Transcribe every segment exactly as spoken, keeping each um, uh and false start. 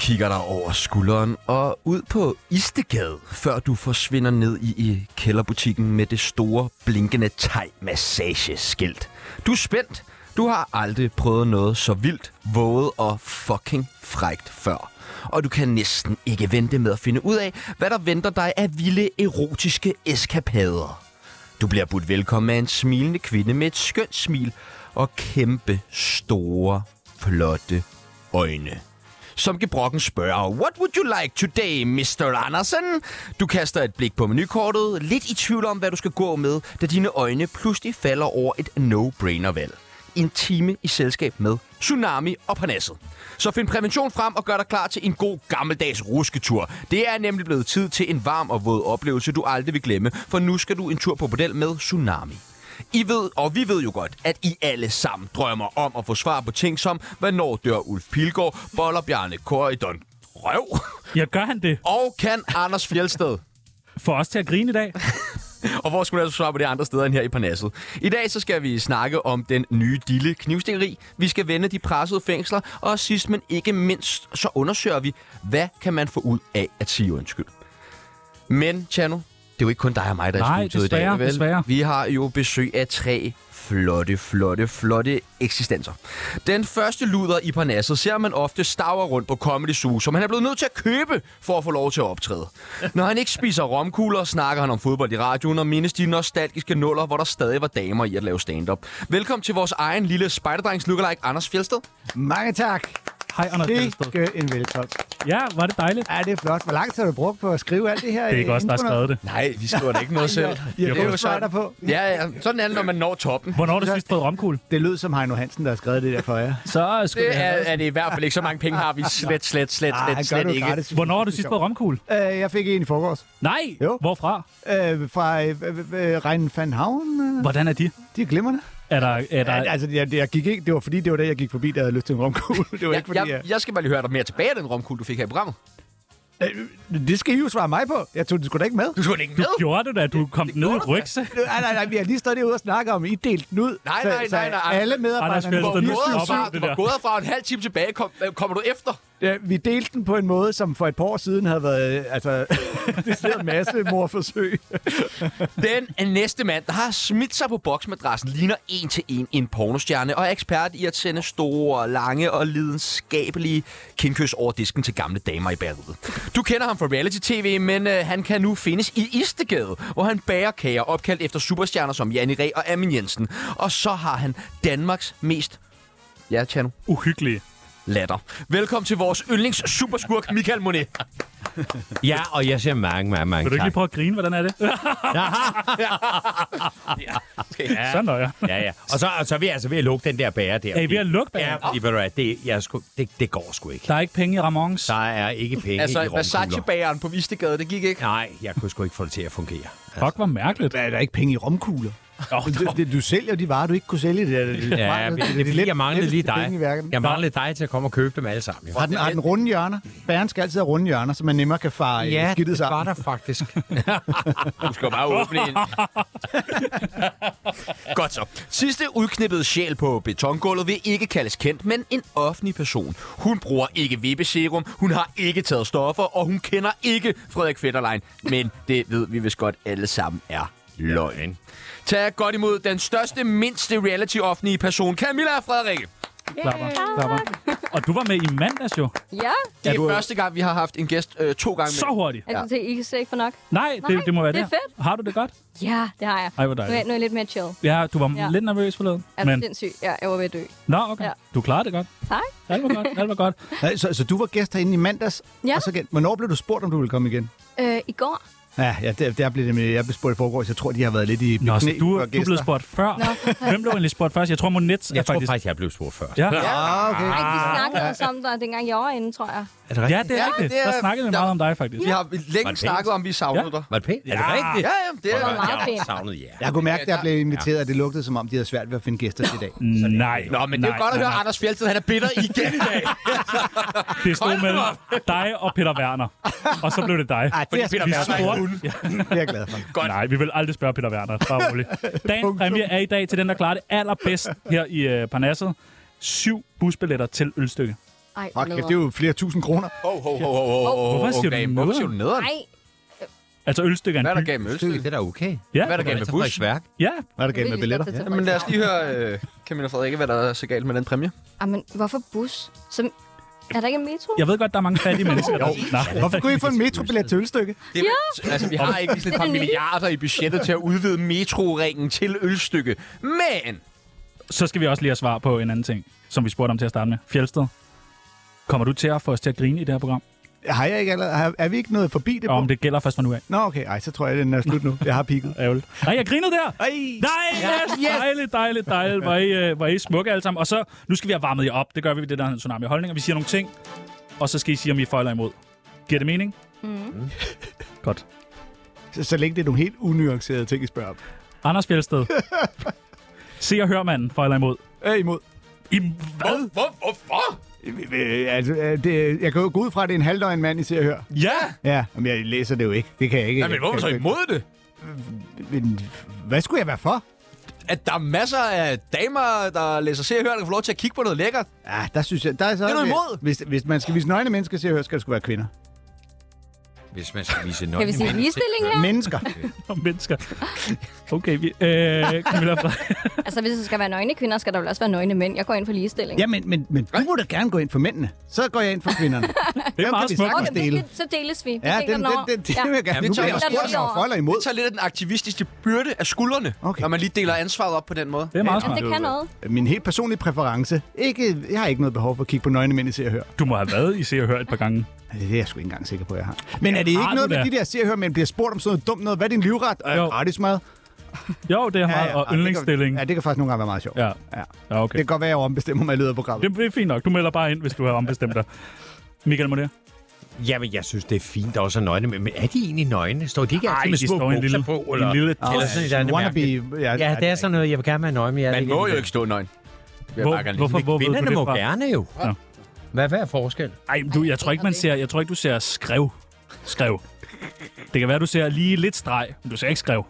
kigger dig over skulderen og ud på Istegade, før du forsvinder ned i, i kælderbutikken med det store, blinkende thai-massageskilt. Du er spændt. Du har aldrig prøvet noget så vildt, våget og fucking frækt før. Og du kan næsten ikke vente med at finde ud af, hvad der venter dig af vilde, erotiske eskapader. Du bliver budt velkommen af en smilende kvinde med et skønt smil og kæmpe, store, flotte øjne. Som gebrokken spørger, what would you like today, mister Andersen? Du kaster et blik på menukortet, lidt i tvivl om, hvad du skal gå med, da dine øjne pludselig falder over et no-brainer-valg. En time i selskab med Tsunami og Parnasset. Så find prævention frem og gør dig klar til en god gammeldags rusketur. Det er nemlig blevet tid til en varm og våd oplevelse, du aldrig vil glemme, for nu skal du en tur på bordel med Tsunami. I ved, og vi ved jo godt, at I alle sammen drømmer om at få svar på ting som, hvornår dør Ulf Pilgaard, boller Bjarne Corydon røv? Ja, gør han det? Og kan Anders Fjeldsted få os til at grine i dag? Og hvor skulle du altså svare på det andre steder end her i Parnasset? I dag så skal vi snakke om den nye dille knivstikkeri. Vi skal vende de pressede fængsler, og sidst men ikke mindst, så undersøger vi, hvad kan man få ud af at sige undskyld. Men, Tjano, det er jo ikke kun dig og mig, der er i studiet i dag, vel? Desværre. Vi har jo besøg af tre flotte, flotte, flotte eksistenser. Den første luder i Parnasset ser man ofte staver rundt på Comedy Zoo, som han er blevet nødt til at købe for at få lov til at optræde. Når han ikke spiser romkugler, snakker han om fodbold i radioen og mindes de nostalgiske nuller, hvor der stadig var damer i at lave stand-up. Velkommen til vores egen lille spejderdrengs lookalike, Anders Fjeldsted. Mange tak. Hej, Anders Fjeldsted. Det er en velkomst. Ja, var det dejligt? Ja, det er flot. Hvor lang tid har du brugt på at skrive alt det her? Det er ikke os, der har skrevet det. Nej, vi skriver da ikke noget selv. Ja, det er jo sådan på. Ja, ja, sådan er det, når man når toppen. Hvornår har du sidst fået romkugle? Det lød som Heino Hansen, der har skrevet det der for jer. Så skulle Det er, er det i hvert fald ikke. Så mange penge har vi slet, slet, slet, slet, slet ikke. Gratis. Hvornår har du sidst fået romkugle? Uh, jeg fik en i forgårs. Nej! Jo. Hvorfra? Uh, fra uh, uh, Rein van Havn. Uh, Hvordan er de? de er glimrende. Er der, er der... Ja, altså, jeg, jeg gik ikke, det var fordi, det var det, jeg gik forbi, der havde lyst til en romkugle. Det var Ja, ikke fordi, jeg, jeg... jeg skal bare lige høre dig mere tilbage af den romkugle, du fik her i programmet. Det skal I jo svare mig på. Jeg tog det sgu da ikke med. Du tog den ikke med? Du gjorde det da, du kom ned i rygse. Nej, nej, nej, vi har lige stået derude og snakket om, I delte den ud. Nej, nej, nej, nej. Alle medarbejderne... Anders Du var Fjeldsted, gået nu stopper herfra, det du var der. gået herfra en halv time tilbage. Kom, kommer du efter? Ja, vi delte den på en måde, som for et par år siden havde været altså, det er en masse morforsøg. Den næste mand, der har smidt sig på boksmadrassen, ligner en til en en pornostjerne og er ekspert i at sende store, lange og lidenskabelige kindkys over disken til gamle damer i bageriet. Du kender ham fra reality-tv, men øh, han kan nu findes i Istegade, hvor han bager kager opkaldt efter superstjerner som Janni Reh og Amin Jensen. Og så har han Danmarks mest... Ja, Tjano. Uhyggelige. Latter. Velkommen til vores yndlings superskurk, Michael Monet. Ja, og jeg siger mange, mange, mange Vil du ikke tak. lige prøve at grine? Hvordan er det? Ja. Sådan er jeg. Ja, ja. Og så, og så er vi altså ved at lukke den der bager der. Er I ved at lukke bageren? Ja, fordi, ved du hvad, det, jeg sku, det, det går sgu ikke. Der er ikke penge i Ramones. Der er ikke penge i Altså, romkugler. Versace-bageren på Istegade, det gik ikke. Nej, jeg kunne sgu ikke få det til at fungere. Fuck, hvor mærkeligt. Er der ikke penge i romkugler? Oh, Du, du, du sælger de varer, du ikke kunne sælge. Det, det, det, Ja, det, det, det, det jeg manglede lige dig. Jeg Jeg manglede dig til at komme og købe dem alle sammen. Jo. har den, har den runde hjørner? Bæren skal altid have runde hjørner, så man nemmere kan fare Ja, skidtet det sammen. var der faktisk. Du skal bare åbne en. Godt så. Sidste udknippede sjæl på betongulvet vil ikke kaldes kendt, men en offentlig person. Hun bruger ikke vippeserum, hun har ikke taget stoffer, og hun kender ikke Frederik Fetterlein. Men det ved vi vist godt alle sammen er løgn. Tag godt imod den største, mindste reality-offentlige person, Camilla Frederikke. Klapper, klapper. Og du var med i mandags jo. Ja, Det er du- første gang, vi har haft en gæst øh, to gange med. Så hurtigt. jeg ja. I kan slet ikke få nok. Nej, Nej, det, det må være det er der. fedt. Har du det godt? Ja, det har jeg. Ej, hvor Nu er, dejligt. jeg- nu er jeg lidt mere chill. Ja, du var Ja. lidt nervøs forleden. Jeg er Men... sindssyg. Ja, jeg var ved at dø. Nå, okay. Ja. Du klarede det godt. Tak. Alt var godt. Alt var godt. Nej, så, så du var gæst herinde i mandags? Ja. Og så, igen- hvornår blev du spurgt, om du ville komme igen? Øh, I går. Ja, ja der, der blev det med, jeg blev spurgt i forgårs. Jeg tror, de har været lidt i Nå, så knæ du, for du blev gæster. spurgt før. Hvem blev egentlig spurgt først? Jeg tror, Monet er Jeg tror faktisk... faktisk, jeg blev spurgt før. Ja. Ah, okay. Ej, vi snakkede også om dig, dengang jeg var inde, tror jeg. Er det Ja, rigtigt? det er Ja, rigtigt. det er- Der snakkede vi der- meget om dig, faktisk. Vi har Var længe det snakket pænt? om, vi savnede Ja. dig. Var det pænt? Er det Ja. rigtigt? Ja, ja, det er... var meget Jeg pænt. har savnet jer. Jeg kunne mærke, at jeg blev inviteret, at det lugtede, som om de havde svært ved at finde gæster til i dag. Nej. Nå, men det er nej, jo godt at nej, høre, nej. Anders Fjeldsted, han er bitter igen i dag. Det stod mellem dig og Peter Werner. Og så blev det dig. Ej, det er, Peter vi Werner er spurgte. en Ja, det er jeg glad for. Godt. Nej, vi vil aldrig spørge Peter Werner. Bare roligt. Dagens præmie er i dag til den, der klarer det allerbedst her i uh, Parnasset. Syv busbilletter til Ølstykke. Ej, Fuck, det er jo flere tusind kroner. Hov, hov, hov, hov, hov. Hvorfor siger okay, du Hvorfor nederen? siger du nederen? Nej, Altså ølstykke er Hvad er en der by. galt med Ølstykke? Det er da okay. Ja, Hvad er der galt med bus? Værk. ja. Hvad er der galt med billetter? Ja. Jamen lad os lige høre, øh, Camilla Frederikke, hvad der er så galt med den præmie. ah, men hvorfor bus? Som... Er der ikke en metro? Jeg ved godt, der er mange fattige mennesker. Der... Nej. Hvorfor kunne I få en metrobillet til ølstykke? Det, ja. Altså, vi har ikke sådan et par milliarder i budgettet til at udvide metroringen til Ølstykke. Men... Så skal vi også lige have svar på en anden ting, som vi spurgte om til at starte med. Fjeldsted, kommer du til at få os til at grine i det her program? Har jeg ikke allerede, har, er vi ikke nået forbi det? Og om På? det gælder først fra nu af. Nå, okay. Ej, så tror jeg, den er slut nu. Jeg har pigget. Ærgerligt. Nej, jeg griner der! Ej. Nej, yes, dejligt, dejligt, dejligt. Var I, uh, var I smukke alle sammen? Og så, nu skal vi have varmet jer op. Det gør vi ved det, der hedder Tsunami Holdninger. Vi siger nogle ting, og så skal I sige, om I er for eller imod. Giver det mening? Mm. Godt. Så, så længe det er nogle helt unuancerede ting, I spørger om. Anders Fjeldsted. Se og hør manden, for eller imod. Øh, imod. I hvad? Hvor, hvorfor? Øh, altså, øh, det, jeg kan jo gå ud fra, at det er en halvdøgn mand, I ser og hører. Ja! Ja, men jeg læser det jo ikke. Det kan jeg ikke. Nej, men hvorfor så imod det? Men, hvad skulle jeg være for? At der er masser af damer, der læser Se og Hør, der kan få lov til at kigge på noget lækkert. Ja, der synes jeg... Der er, så, Det er noget imod. Hvis, hvis man skal vise nøgne mennesker, Se og Hør, skal det sgu være kvinder. Hvis man skal vise Kan nøgne vi sige ligestilling her? Mennesker. Om mennesker. Okay, vi... Øh, Camilla Frederik. Altså, hvis det skal være nøgne kvinder, skal der vel også være nøgne mænd. Jeg går ind for ligestilling. Ja, men, men, men du må da gerne gå ind for mændene. Så går jeg ind for kvinderne. Det er Dem meget kan vi smukt. sagtens Okay, dele. det, så deles vi. Vi Ja, deler den, den over. den, den, det Ja. vil jeg gerne. Ja, Nu det bliver jeg tager jeg spurgt, om jeg over. for eller imod. Det tager lidt af den aktivistiske byrde af skuldrene, Okay. når man lige deler ansvaret op på den måde. Det er meget Ja, smart. det kan noget. Min helt personlige præference. Ikke, jeg har ikke noget behov for at kigge på nøgne mænd, I Se og Hør. Du må have været i Se og Hør et par gange. Det er jeg sgu ikke engang sikker på, jeg har. Men er det har ikke du noget med da? de der Se og Hør, men bliver spurgt om sådan noget dumt noget? Hvad er din livret? Øh, Jo. gratis mad? Jo, det er meget. Og ja, yndlingsstilling. det kan, ja, det kan faktisk nogle gange være meget sjovt. Ja. Ja. Ja, okay. Det kan godt være, at jeg ombestemmer mig i løbet af programmet. Det, det er fint nok. Du melder bare ind, hvis du har ombestemt dig. Michael Moner. Jamen, jeg synes, det er fint, der også er nøgne. Men er de egentlig nøgne? Står de ikke Ej, altid med de små står i en bukser lille, på? en Eller, lille eller sådan et eller andet Wannabe, mærkeligt. ja, Ja, det er sådan noget, jeg vil gerne være nøgen, men jeg er Man ikke må enig jo i ikke stå nøgen. Vil jeg Hvor, bare gerne lige- hvorfor, hvor ved du Kvinderne det må fra? gerne jo. Ja. Hvad, hvad er forskel? Ej, du, jeg tror ikke, man ser, jeg tror ikke, du ser skrev. Skrev. Det kan være, du ser lige lidt streg, men du ser ikke skrev.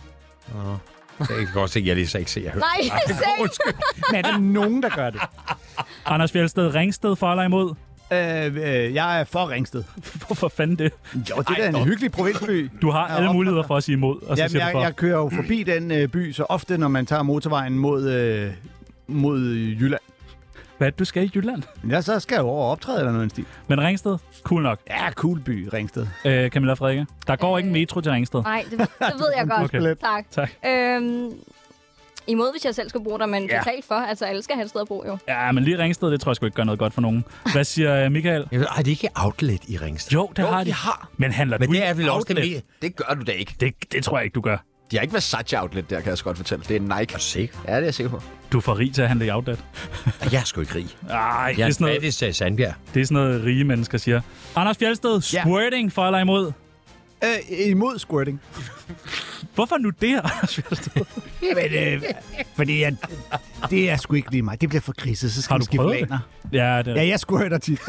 Så jeg kan godt se, at jeg lige ikke se, jeg hører. Nej, selv. Men er der nogen, der gør det? Anders Fjeldsted, Ringsted for eller imod? Øh, øh, jeg er for Ringsted. Hvorfor fanden det? Jo, det er da en hyggelig provinsby. Du har Ja, alle op- muligheder for at sige imod, og så Jamen, siger du jeg, for. jeg kører jo forbi den øh, by så ofte, når man tager motorvejen mod, øh, mod Jylland. Hvad er det, du skal i Jylland? Ja, så skal jeg jo over og optræde eller noget i den stil. Men Ringsted, cool nok. Ja, cool by, Ringsted. Øh, Camilla Frederikke, der går ikke en metro til Ringsted. Nej, det, det ved jeg godt. Okay. Tak. Tak. Øhm, imod, hvis jeg selv skulle bruge der, men Ja. totalt for. Altså, alle skal have et sted at bo, jo. Ja, men lige Ringsted, det tror jeg sgu ikke gør noget godt for nogen. Hvad siger øh, Michael? Jeg ved, har de ikke outlet i Ringsted? Jo, det Jo, har de de. har. Men handler Men du det i er vel også det outlet? mere. Det gør du da ikke. Det, det tror jeg ikke, du gør. De har ikke Versace Outlet der, kan jeg så godt fortælle. Det er Nike. Er du sikker? Ja, det er jeg sikker på. Du er for rig til at handle i outlet. Jeg er sgu ikke rig. Ej, det Jeg er er sådan noget, fattig, sagde Sandbjerg. det er sådan noget, rige mennesker siger. Anders Fjeldsted, Ja. squirting for eller imod? Øh, imod squirting. Hvorfor nu det, Anders Fjeldsted? Men, øh, fordi jeg, det er sgu ikke lige mig. Det bliver for kriset, så skal Har man du skifte prøvet det? planer. Ja, det er. Ja, jeg squirter tit.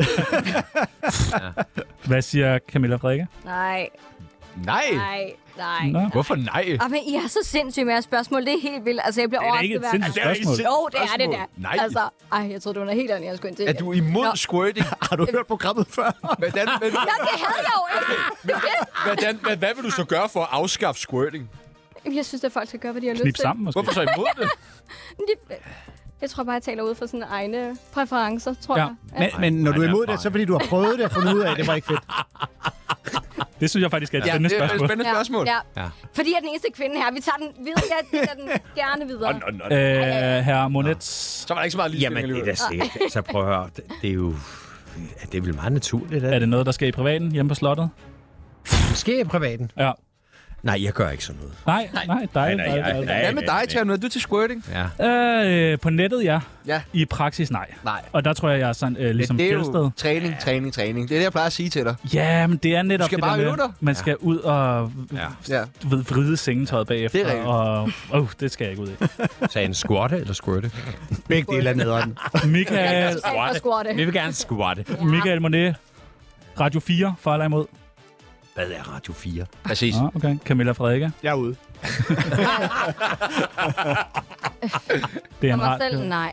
Hvad siger Camilla Frederikke? Nej, Nej. nej, nej. Nå. Hvorfor nej? Ah, men I er så sindssyge med jeres spørgsmål. Det er helt vildt. Altså, jeg bliver Det er da overrasket ikke et hver sindssygt gang. spørgsmål. Jo, det er det da. Nej. Altså, ej, jeg troede, det var noget helt andet, jeg skulle ind til. Er du imod Nå. squirting? Har du hørt programmet før? Hvordan, men, Nå, det havde jeg jo ikke. hvordan, hvad, hvad vil du så gøre for at afskaffe squirting? Jamen, Jeg synes, at folk skal gøre, hvad de har lyst Knip til. sammen måske. Hvorfor så imod det? Men de- Jeg tror bare, jeg taler ud fra sådan egne præferencer, tror Ja. jeg. Men, men når du er Nej, imod nej, det, så fordi du har prøvet det og fundet ud af, at det var ikke fedt. Det synes jeg faktisk er et Ja, spændende det er et spørgsmål. spændende spørgsmål. Ja. Ja. ja. Fordi jeg er den eneste kvinde her. Vi tager den videre. Jeg tager den gerne videre. Nå, nå, nå. Øh, herre Monets. Så var der ikke så meget lige Jamen, det er da sikkert. Så prøv at høre. Det, det er jo... Ja, det er vel meget naturligt, Er at det noget, der sker i privaten hjemme på slottet? det sker i privaten. Ja. Nej, jeg gør ikke sådan noget. Nej, nej, dejligt, nej, dejligt, nej, dejligt. nej. Hvad med dig, Tjerno? Er du til squirting? Ja. Øh, på nettet, ja. Ja. I praksis, nej. Nej. Og der tror jeg, jeg er sådan, øh, ligesom det er Fjeldsted. jo træning, træning, træning. Det er det, jeg plejer at sige til dig. Ja, men det er netop skal det bare der øve med, dig. man skal ud og Ja. Ja. du ved, vride sengetøjet bagefter. Det er rigtigt. Og oh, det skal jeg ikke ud i. Så en squatte eller squirte? Begge dele er nederen. Michael, Totalt for squatte. Vi vil gerne squatte. Michael Monet, Radio fire, for eller imod? Hvad er Radio fire? Præcis. Ja, okay. Camilla Frederikke, Jeg er ude. det er For en mig radio. selv, nej.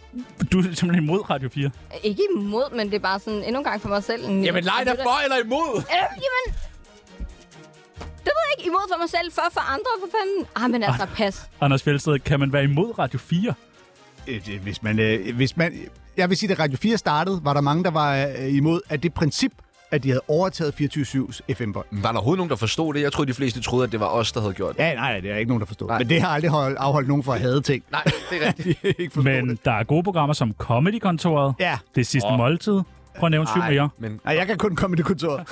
Du er simpelthen imod Radio fire? Ikke imod, men det er bare sådan endnu en gang for mig selv. En, Jamen, nej, der for eller imod? Øh, jamen... Det ved jeg ikke. Imod for mig selv, for for andre, for fanden. Ah, men altså, pas. Anders Fjeldsted, kan man være imod Radio fire? Øh, det- Hvis man, øh, hvis man, jeg vil sige, at Radio fire startede, var der mange, der var øh, imod, at det princip, at de havde overtaget fireogtyve syvs F M-bånd. Var der overhovedet nogen, der forstod det? Jeg tror, de fleste troede, at det var os, der havde gjort det. Ja, nej, nej, det er ikke nogen, der forstod. Nej. Men det har aldrig hold, afholdt nogen fra at hade ting. Nej, det er rigtigt. De ikke forstod Men det. der er gode programmer som Comedy-kontoret, Ja. Det sidste oh. måltid. Prøv at nævne syv Nej, mere. men Nej, jeg kan kun komme i det kontor.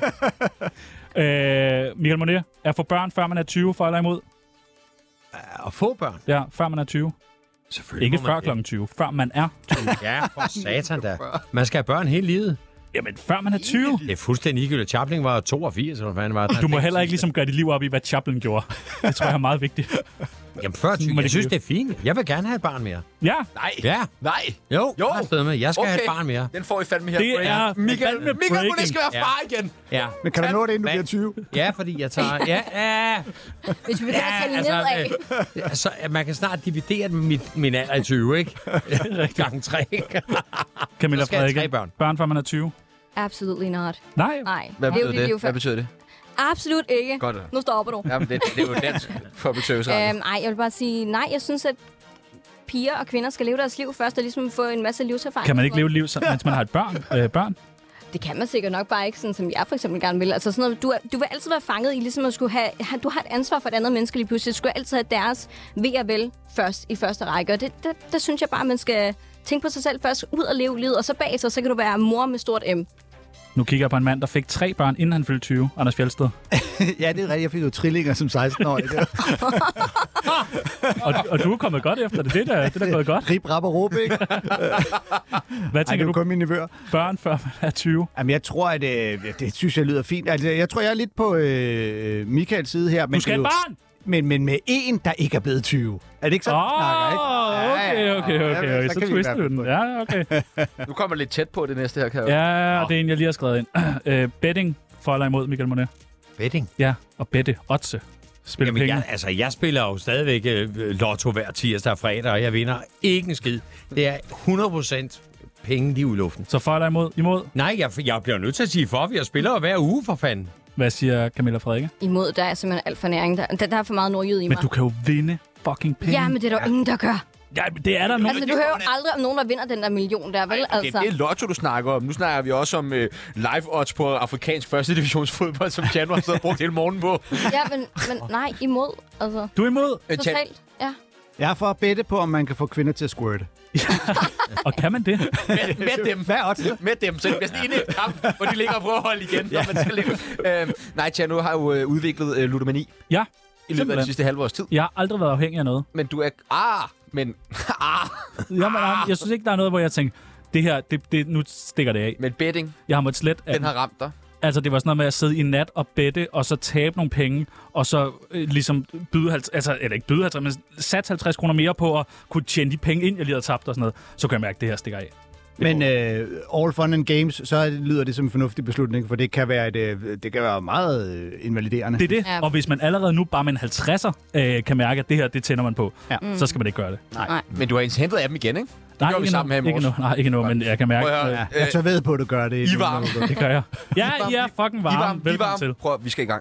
Øh, Michael Monet, er for børn, før man er tyve, for eller imod? Og få børn. Ja, før man er tyve. Selvfølgelig Ikke må man før det. klokken tyve. Før man er tyve. Ja, for satan da. Man skal have børn hele livet. Jamen, før man er tyve. Det er fuldstændig ligegyldigt. Chaplin var toogfirs, eller hvad fanden var det? Du må heller ikke ligesom gøre dit liv op i, hvad Chaplin gjorde. Det tror jeg er meget vigtigt. Jamen, før tyve. Må det Jeg synes, blive. det er fint. Jeg vil gerne have et barn mere. Ja, nej. Ja. Nej. Jo, Jo. jeg er med. Jeg skal Okay. have et barn mere. Den får I fandme her. det break. er Michael, fandme Michael breaking. Monet skal være far igen. Ja. Men kan du nå det, inden du Hvad? bliver tyve? Ja, fordi jeg tager... Ja, ja. Hvis vi begynder at tælle nedad. øh, altså, man kan snart dividere min, min alder i tyve, ikke? Gange tre. Camilla Så skal jeg have Frederikke. tre børn. Børn, før man er tyve. Absolutely not. Nej. Nej. Hvad Lev betyder dit det? liv Hvad før. betyder det? Absolut ikke. Godt. Nu stopper du. Jamen, det, det er jo dansk public service radio. Øhm, ej, jeg vil bare sige, nej, jeg synes, at piger og kvinder skal leve deres liv først, og ligesom få en masse livserfaring. Kan man ikke leve et liv, så- mens man har et børn? Øh, børn? Det kan man sikkert nok bare ikke, sådan som jeg for eksempel gerne vil. Altså sådan noget, du, er, du vil altid være fanget i ligesom at skulle have, have... Du har et ansvar for et andet menneske lige pludselig. Du skal altid have deres ved og vel først i første række. Og det, det, det synes jeg bare, man skal tænke på sig selv først. Ud og leve livet, og så bagefter, så kan du være mor med stort M. Nu kigger jeg på en mand, der fik tre børn, inden han fyldte tyve. Anders Fjeldsted. Ja, det er rigtigt. Jeg fik jo trillinger som seksten-årig. Og, og du er kommet godt efter det. Det er da- det er da gået godt. Rip, rap og råb, ikke? Hvad Ej, det tænker er jo du? kun mine nevøer. Børn, før man er tyve. Jamen, jeg tror, at øh, det synes jeg lyder fint. Altså, jeg tror, jeg er lidt på øh, Michaels side her. Men Du skal det er have jo- et barn! Men, men med en, der ikke er blevet tyve. Er det ikke sådan, Åh, oh, snakker, ikke? okay, okay, okay. okay. Ja, Så kan vi twister være du den. på. Ja, okay. Nu kommer lidt tæt på det næste her, kan jeg. Ja, og det er en, jeg lige har skrevet ind. Øh, betting for eller imod, Michael Monet. Betting. Ja, og bette. Otse. Spille Jamen, penge. jeg, altså, jeg spiller jo stadigvæk øh, lotto hver tirsdag og fredag, og jeg vinder ikke en skid. Det er hundrede procent penge lige ud i luften. Så for eller imod? Imod? Nej, jeg, jeg bliver nødt til at sige for, for jeg spiller jo hver uge, for fanden. Hvad siger Camilla Frederikke? Imod, der er simpelthen alt for næring. Der, der, der er for meget nordjyd i Men mig. du kan jo vinde fucking penge. Ja, men det er der jo ingen, der gør. Ja, men det er der nogen. Altså, du hører jo aldrig om nogen, der vinder den der million der, vel? Det, Altså. det er lotto, du snakker om. Nu snakker vi også om øh, live odds på afrikansk første divisionsfodbold, som Tjano har siddet og brugt hele morgen på. Ja, men, men nej, imod. Altså, Du er imod? Øh, Tjan- totalt. Ja. Jeg er for at bette på, om man kan få kvinder til at squirte. Og kan man det? med, med dem. Hvad er oddsen? Med dem, så det bliver sådan en kamp, hvor de ligger og prøver at holde igen, når man skal leve. Øhm, nej, Tjano har jo øh, udviklet øh, ludomani Ja, i løbet af det simpelthen. sidste halve års tid. Jeg har aldrig været afhængig af noget. Men du er... Ah, men... ah, Jamen, jeg synes ikke, der er noget, hvor jeg tænker, det her, det, det, nu stikker det af. men betting, Jeg har måttet slet... den har ramt dig. Altså, det var sådan noget med at sidde i nat og bette, og så tabe nogle penge, og så øh, ligesom byde, halvtreds, altså, eller ikke byde halvtreds, men sat halvtreds kroner mere på at kunne tjene de penge ind, jeg lige havde tabt og sådan noget. Så kan jeg mærke, at det her stikker af. Men øh, all fun and games, så lyder det som en fornuftig beslutning, for det kan være, et, øh, det kan være meget øh, invaliderende. Det er det. Ja. Og hvis man allerede nu bare med en halvtredser øh, kan mærke, at det her, det tænder man på, Ja. mm. så skal man ikke gøre det. Nej. Men du har hentet af dem igen, ikke? Det Nej, gjorde vi ikke sammen her i nu, ikke morges. nu, nej, ikke nu, men jeg kan mærke, Prøv at høre, øh, Ja, jeg tør ved på, at du gør det. I er varme. det gør jeg. Ja, I er fucking Vi varme. varme, vi Velkommen til. varme. Prøv, at- vi skal i gang.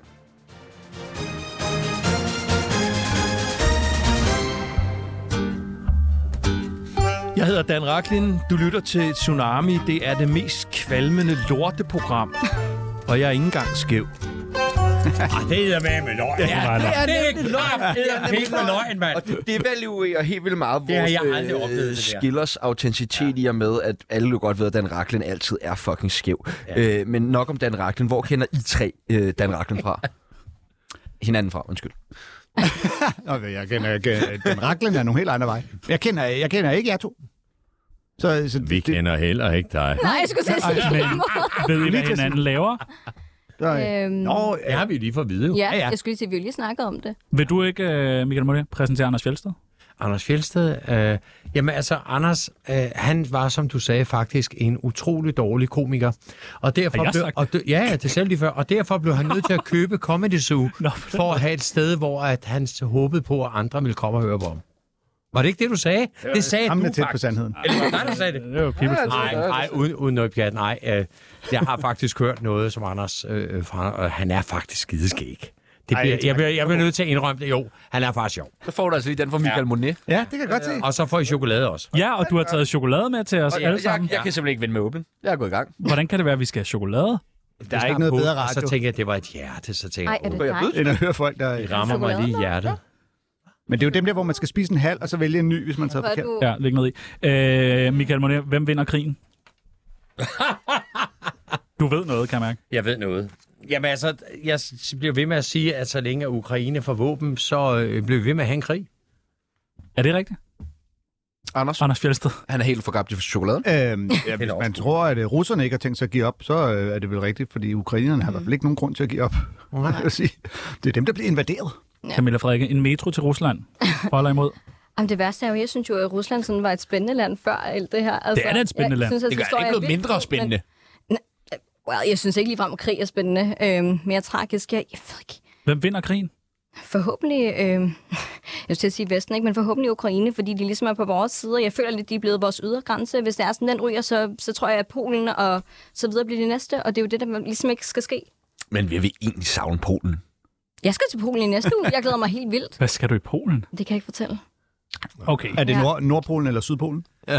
Jeg hedder Dan Rachlin. Du lytter til Tsunami. Det er det mest kvalmende lorteprogram. Og jeg er ikke engang skæv. Ah, det er med med løgn. Det var det løgn. er det klart. Det er helt med løgn, mand. Og det, det evaluerer helt vildt meget Det har vores jeg aldrig oplevet, det der. skillers autenticitet i og med, at alle jo godt ved, at Dan Rachlin altid er fucking skæv. Ja. Øh, men nok om Dan Rachlin. Hvor kender I tre øh, Dan Rachlin fra? Hinanden fra, undskyld. Okay, jeg kender ikke. Den Rachlin er nogle helt andre vej. Jeg kender, jeg kender ikke jer to. Så, så Vi kender heller ikke dig. Nej, jeg skulle til at sige Men imod. ved I, Lige hvad til at hinanden laver? Så, Øhm, Nå, Det har vi lige fået at vide. Jo. Ja, ja. jeg skulle lige sige, at vi jo lige snakkede om det. Vil du ikke, uh, Michael Monet, præsentere Anders Fjeldsted? Anders Fjeldsted, øh, jamen altså, Anders, øh, han var, som du sagde, faktisk en utrolig dårlig komiker. Og derfor Har jeg blev, sagt og, ja, ja, det selv lige før. Og derfor blev han nødt til at købe Comedy Zoo, Nå, for at have et sted, hvor at han håbede på, at andre ville komme og høre på ham. Var det ikke det, du sagde? Det sagde Ham du er tæt på faktisk. sandheden. Eller var det dig, der sagde det? Det var Pibels. Nej, nej, uden, uden noget pjat. Nej, øh, jeg har faktisk hørt noget, som Anders øh, fra, og han er faktisk skideskæg. Det bliver, jeg, bliver, jeg bliver nødt til at indrømme det. Jo, han er faktisk sjov. Så får du altså lige den fra Michael ja. Monet. Ja, det kan jeg godt se. Og så får I chokolade også. Ja, og du har taget chokolade med til os Og alle jeg, jeg, sammen. jeg kan simpelthen ikke vende med åben. Jeg er gået i gang. Hvordan kan det være, at vi skal have chokolade? Der er ikke noget bedre radio, Og så tænker jeg, at det var et hjerte. Så tænker Ej, er jeg, det jeg dig? end at høre folk, der... det rammer mig lige i hjertet. Men det er jo dem der, hvor man skal spise en halv, og så vælge en ny, hvis man tager Hvor er forkert. du... Ja, læg ned i. Øh, Michael Monet, hvem vinder krigen? Du ved noget, kan jeg mærke. Jeg ved noget. Jamen altså, jeg bliver ved med at sige, at så længe Ukraine får våben, så øh, bliver vi ved med at have en krig. Er det rigtigt? Anders, Anders Fjeldsted. han er helt forgabt i chokoladen. Øhm, ja, hvis man tror, at øh, russerne ikke har tænkt sig at give op, så øh, er det vel rigtigt, fordi ukrainerne har i hvert fald ikke nogen grund til at give op. Jeg vil sige. Det er dem, der bliver invaderet. Ja. Camilla Frederikke, en metro til Rusland. For eller imod? Jamen, det værste er jo, jeg synes jo, at Rusland sådan var et spændende land før alt det her. Altså, Det er da et spændende land. Synes, Det gør det ikke noget mindre spændende. Men, well, jeg synes ikke ligefrem, at krig er spændende. Øhm, mere tragisk. Jeg, jeg ved ikke. Hvem vinder krigen? Forhåbentlig, øh, jeg vil til at sige Vesten, ikke, men forhåbentlig Ukraine, fordi de ligesom er på vores side, og jeg føler lidt, de er blevet vores ydergrænse. Hvis det er sådan, den ryger, så, så tror jeg, at Polen og så videre bliver de næste, og det er jo det, der ligesom ikke skal ske. Men vil vi egentlig savne Polen? Jeg skal til Polen i næste uge. Jeg glæder mig helt vildt. Hvad skal du i Polen? Det kan jeg ikke fortælle. Okay. Er det Ja. Nord- Nordpolen eller Sydpolen? Øh, der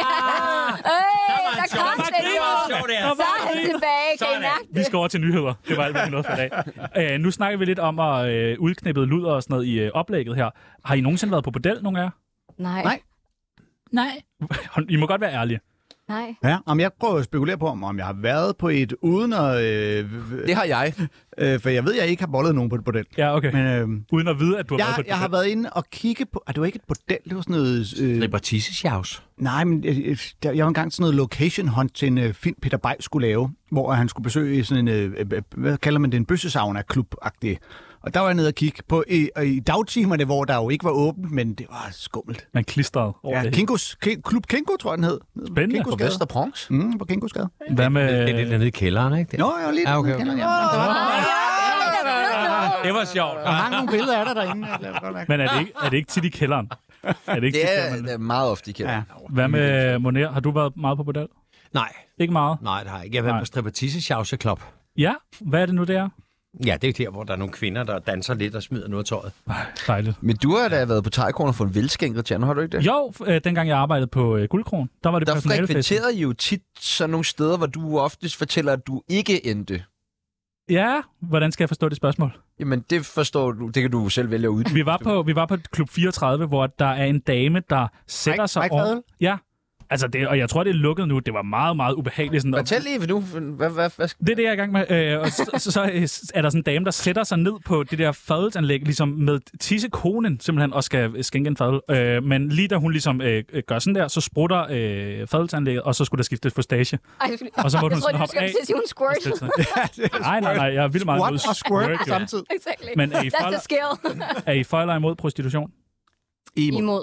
kom det jo! Så er han tilbage, kan I mærke Vi det? skal over til nyheder. Det var alt, hvad vi nåede for i dag. Uh, nu snakker vi lidt om at uh, udknippe luder og sådan noget i uh, oplægget her. Har I nogensinde været på bordel, nogen af jer? Nej, Nej. Nej. I må godt være ærlige. nej. Ja, om jeg prøver at spekulere på, om jeg har været på et uden at... Øh, Det har jeg. øh, for jeg ved, at jeg ikke har bollet nogen på et bordel. Ja, okay. Men øh, Uden at vide, at du har været på jeg, et jeg har bordel. været inde og kigge på... Ah, det var ikke et bordel, det var sådan noget... Øh, Libertisesjaus. nej, men øh, der, jeg var engang sådan noget location hunt til en øh, film, Peter Bay skulle lave, hvor han skulle besøge sådan en... Øh, øh, hvad kalder man det? En bøssesauna-klub-agtig. Og der var jeg nede og kigge på i, og i dagtimerne, hvor der jo ikke var åbent, men det var skummelt. Man klistret over Ja, det. Kinkos, K- Klub Kinko, tror jeg, den hed. Spændende. Kinkos På Gade. Vesterbronx. Mm, på Kinkosgade. Hvad med... Det er lidt nede i kælderen, ikke? Nå, jeg var lige... Ja, okay, den okay. kender jeg. Det var sjovt. Der hang nogle billeder af dig derinde. Jeg lader godt mærke. Men er det ikke, er det ikke tit i kælderen? Er det ikke Det tit, er, der, man... det er meget ofte, de kender. Ja. Hvad med Monet? Har du været meget på bordel? Nej, Ikke meget? nej, det har jeg ikke. Jeg har været Nej. på Striptease Club. Ja? Hvad er det nu, det er? Ja, det er der, hvor der er nogle kvinder, der danser lidt og smider noget af tøjet. Ej, dejligt. Men du har da været på Thai-Corner for en velskænket, Jan, har du ikke det? Jo, øh, dengang jeg arbejdede på øh, Guldkron, der var det Der personalefest. frekventerede I jo tit sådan nogle steder, hvor du oftest fortæller, at du ikke endte. Ja, hvordan skal jeg forstå det spørgsmål? Jamen, det forstår du. Det kan du selv vælge at uddybe. Vi var på, vi var på klub fireogtredive, hvor der er en dame, der sætter Mike- sig Mike over... Fadel? Ja, altså det, og jeg tror, det er lukket nu. Det var meget, meget ubehageligt. Sådan, Fortæl lige nu. Hvad, hvad, hvad, Det er det, jeg er i gang med. Øh, og så, så, så er der sådan en dame, der sætter sig ned på det der fadelsanlæg, ligesom med tissekonen simpelthen, og skal skænke en fadel. Øh, men lige da hun ligesom øh, gør sådan der, så sprutter øh, fadelsanlægget, og så skulle der skiftes på stage. Ej, Og så måtte jeg hun tror, sådan du hoppe skal af. til at sige, hun squirt. Nej, nej, nej, jeg er vildt meget Squat imod og squirt squirt, på jo. samme tid. Exactly. Men er I That's for, the skill. er I for eller imod prostitution? Imod. Imod.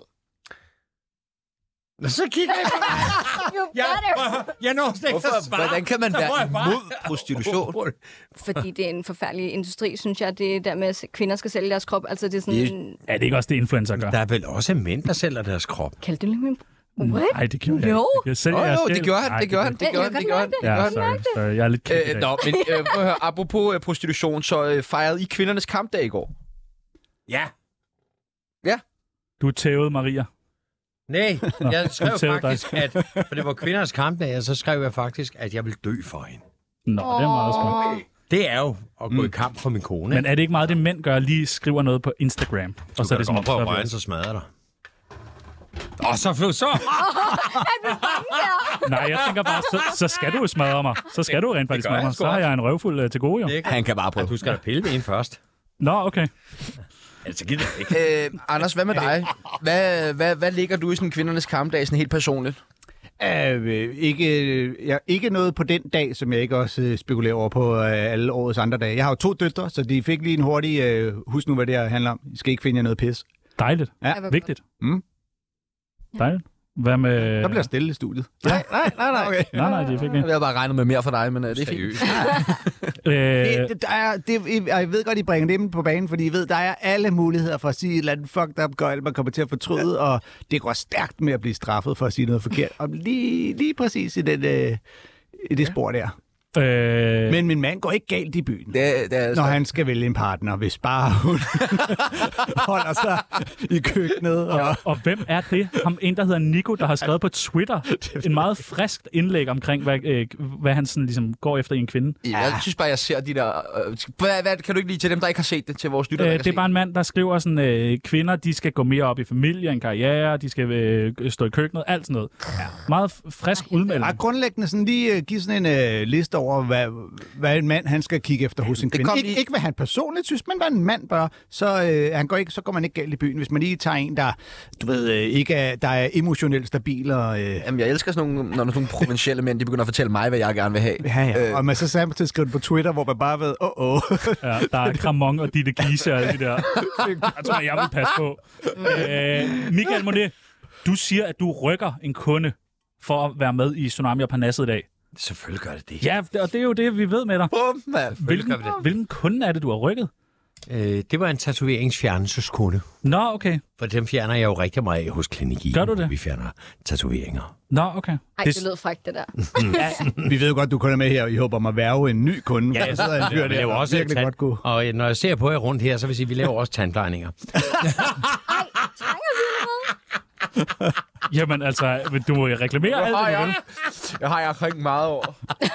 Så kigger jeg på You better. Jeg når slet ikke at Hvorfor, svare. hvordan kan man Der var jeg være bare- imod prostitution? Fordi det er en forfærdelig industri, synes jeg. Det der med, at kvinder skal sælge deres krop. Altså, det er sådan... Er det ikke også det, influencer gør? Der er vel også mænd, der sælger deres krop. Kaldte du lige min... What? Nej, det gjorde jeg Jo. ikke. Selv Åh, jeg jo, selv- det gjorde han, Nej, det gjorde han, det gjorde han, det gjorde han. Ja, sorry, sorry. Jeg er lidt ked i Øh, dag. nå, men øh, prøv at høre, apropos øh, prostitution, så øh, fejrede I kvindernes kampdag i går. Ja. Du tævede Maria. Nej, jeg skrev Hun tævede dig. faktisk, at for det var kvindernes kampdag, og så skrev jeg faktisk, at jeg vil dø for hende. Nå, det er meget smukt. Det er jo at gå i kamp for min kone. Men er det ikke meget det, mænd gør? Lige skriver noget på Instagram. Og så er det som om, på så er røgen, vi- så smadrer dig. Og så flyv så! Nej, jeg tænker bare, så, så skal du jo smadre mig. Så skal du rent faktisk gør smadre jeg mig. sgu Så har også. jeg en røvfuld uh, til gode, jo. Han kan bare prøve. Du skal da pille det ind først. Nå, okay. Altså, gider jeg ikke. Øh, Anders, hvad med dig? Hvad, hvad, hvad ligger du i sådan kvindernes kampdag sådan helt personligt? Øh, ikke, jeg, ikke noget på den dag, som jeg ikke også øh, spekulerer over på øh, alle årets andre dage. Jeg har jo to døtre, så de fik lige en hurtig... Øh, husk nu, hvad det her handler om. I skal ikke finde jer noget pis. Dejligt. Ja. Vigtigt. Mm. Dejligt. Hvad med... Der bliver stille i studiet. Nej, nej, nej, nej. Okay. Nej, nej, det fik ikke. Jeg har bare regnet med mere for dig, men uh, det er fint. Øh, Det, det, der er, det, jeg ved godt, I bringer det på banen, fordi I ved, der er alle muligheder for at sige et eller andet fucked up gøjl, man kommer til at fortryde, og det går stærkt med at blive straffet for at sige noget forkert. Og lige, lige præcis i, den, øh, i det spor der. øh, Men min mand går ikke galt i byen, Det, det er altså... når han skal vælge en partner, hvis bare hun holder sig i køkkenet. Og... Og hvem er det? Ham, en, der hedder Nico, der har skrevet på Twitter en meget friskt indlæg omkring, hvad, øh, hvad han sådan ligesom går efter i en kvinde. Ja, jeg synes bare, jeg ser de der... Øh, hvad, hvad, kan du ikke lige til dem, der ikke har set det, til vores lytter, Øh, der det er bare en mand, der skriver sådan, øh, kvinder, de skal gå mere op i familie, en karriere, de skal øh, stå i køkkenet, alt sådan noget. Ja. Meget f- frisk udmelding. Ja, grundlæggende sådan lige uh, give sådan en uh, liste over, hvad, hvad en mand han skal kigge efter hos en kvinde. kom Ikke, lige- ikke hvad han personligt synes, men hvad en mand bør. Så, uh, han går ikke, så går man ikke galt i byen. Hvis man lige tager en, der, du ved, uh, ikke er, der er emotionelt stabil. Og, uh, Jamen, jeg elsker sådan nogle, når sådan nogle provincielle mænd, de begynder at fortælle mig, hvad jeg gerne vil have. ja, ja. Øh. Og man så samtidig skriver det på Twitter, hvor man bare ved, åh, oh, åh. Oh. Ja, der er Kramon og Ditte Giese og alle de der. Jeg tror, jeg vil passe på. Øh, Michael Monet, du siger, at du rykker en kunde for at være med i Tsunami og Parnasset i dag. Selvfølgelig gør det det. Ja, og det er jo det, vi ved med dig. Bum, mand. Hvilken, gør vi det. hvilken kunde er det, du har rykket? Øh, det var en tatoveringsfjernelseskunde. Nå, okay. For dem fjerner jeg jo rigtig meget af hos Klinik. Gør du det? Vi fjerner tatoveringer. Nå, okay. Ej, det lød frækt, det der. Vi ved jo godt, du kun er med her, og I håber om at værve en ny kunde. Ja, Der sidder en fyr vi der, laver der også virkelig tand- godt kunne. Og når jeg ser på jer rundt her, så vil jeg sige, at vi laver også tandplejninger. Jamen altså, du må jo reklamere alt det, du vil. Jeg har jeg kring meget over.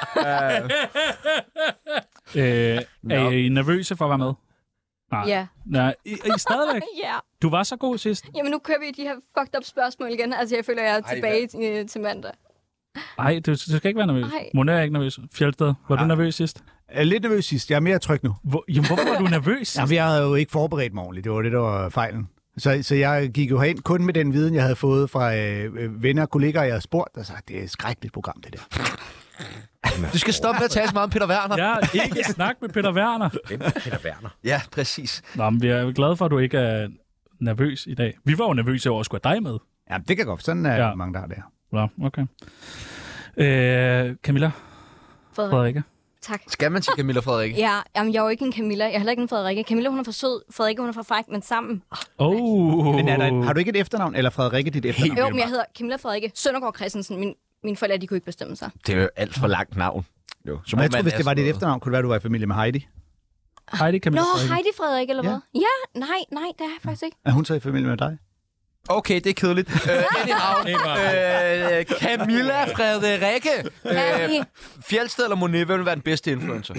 Øh, er I nervøse for at være med? Nej. Ja. Nej, I, I stadigvæk? Ja. Du var så god sidst. Jamen, nu kører vi de her fucked up spørgsmål igen. Altså, jeg føler, jeg er Ej, tilbage til, til mandag. Nej, du, du skal ikke være nervøs. Ej. Monet er ikke nervøs. Fjeldsted, var du nervøs sidst? Jeg er lidt nervøs sidst. Jeg er mere tryg nu. Hvor, jamen, hvorfor var du nervøs? Ja, for jeg havde jo ikke forberedt mig ordentligt. Det var det, der var fejlen. Så, så jeg gik jo herind kun med den viden, jeg havde fået fra øh, venner og kollegaer, jeg havde spurgt, og sagt, det er et skrækkeligt program, det der. Du skal stoppe med at tale så meget om Peter Werner. Ja, ikke snak med Peter Werner. Peter Werner. Ja, præcis. Nå, men vi er glade for, at du ikke er nervøs i dag. Vi var jo nervøse over at skulle have dig med. Ja, det kan godt. Sådan er Ja. ja. mange, der har det her. Nå, okay. Øh, Camilla, Frederik. Frederikke. Tak. Skal man til Camilla Frederik? Ja, jamen, jeg er jo ikke en Camilla. Jeg er heller ikke en Frederikke. Camilla, hun er for sød. Frederikke, hun er for fræk, men sammen. Oh. Men er der, har du ikke et efternavn, eller Frederikke dit efternavn? Jo, men jeg hedder Camilla Frederikke Søndergaard Christensen. Min, mine forældre, de kunne ikke bestemme sig. Det er jo alt for langt navn. Jo, så Og jeg tror, hvis have det var sådan dit noget. efternavn, kunne det være, at du var i familie med Heidi. Heidi Camilla Nå, Frederikke. Heidi Frederik, eller Ja. hvad? Ja, nej, nej, det er jeg faktisk ikke. Er hun så i familie med dig? Okay, det er kedeligt. Øh, anyhow, øh, Camilla Frederikke. Ja, Øh, Fjeldsted eller Monet, hvem vil være den bedste influencer?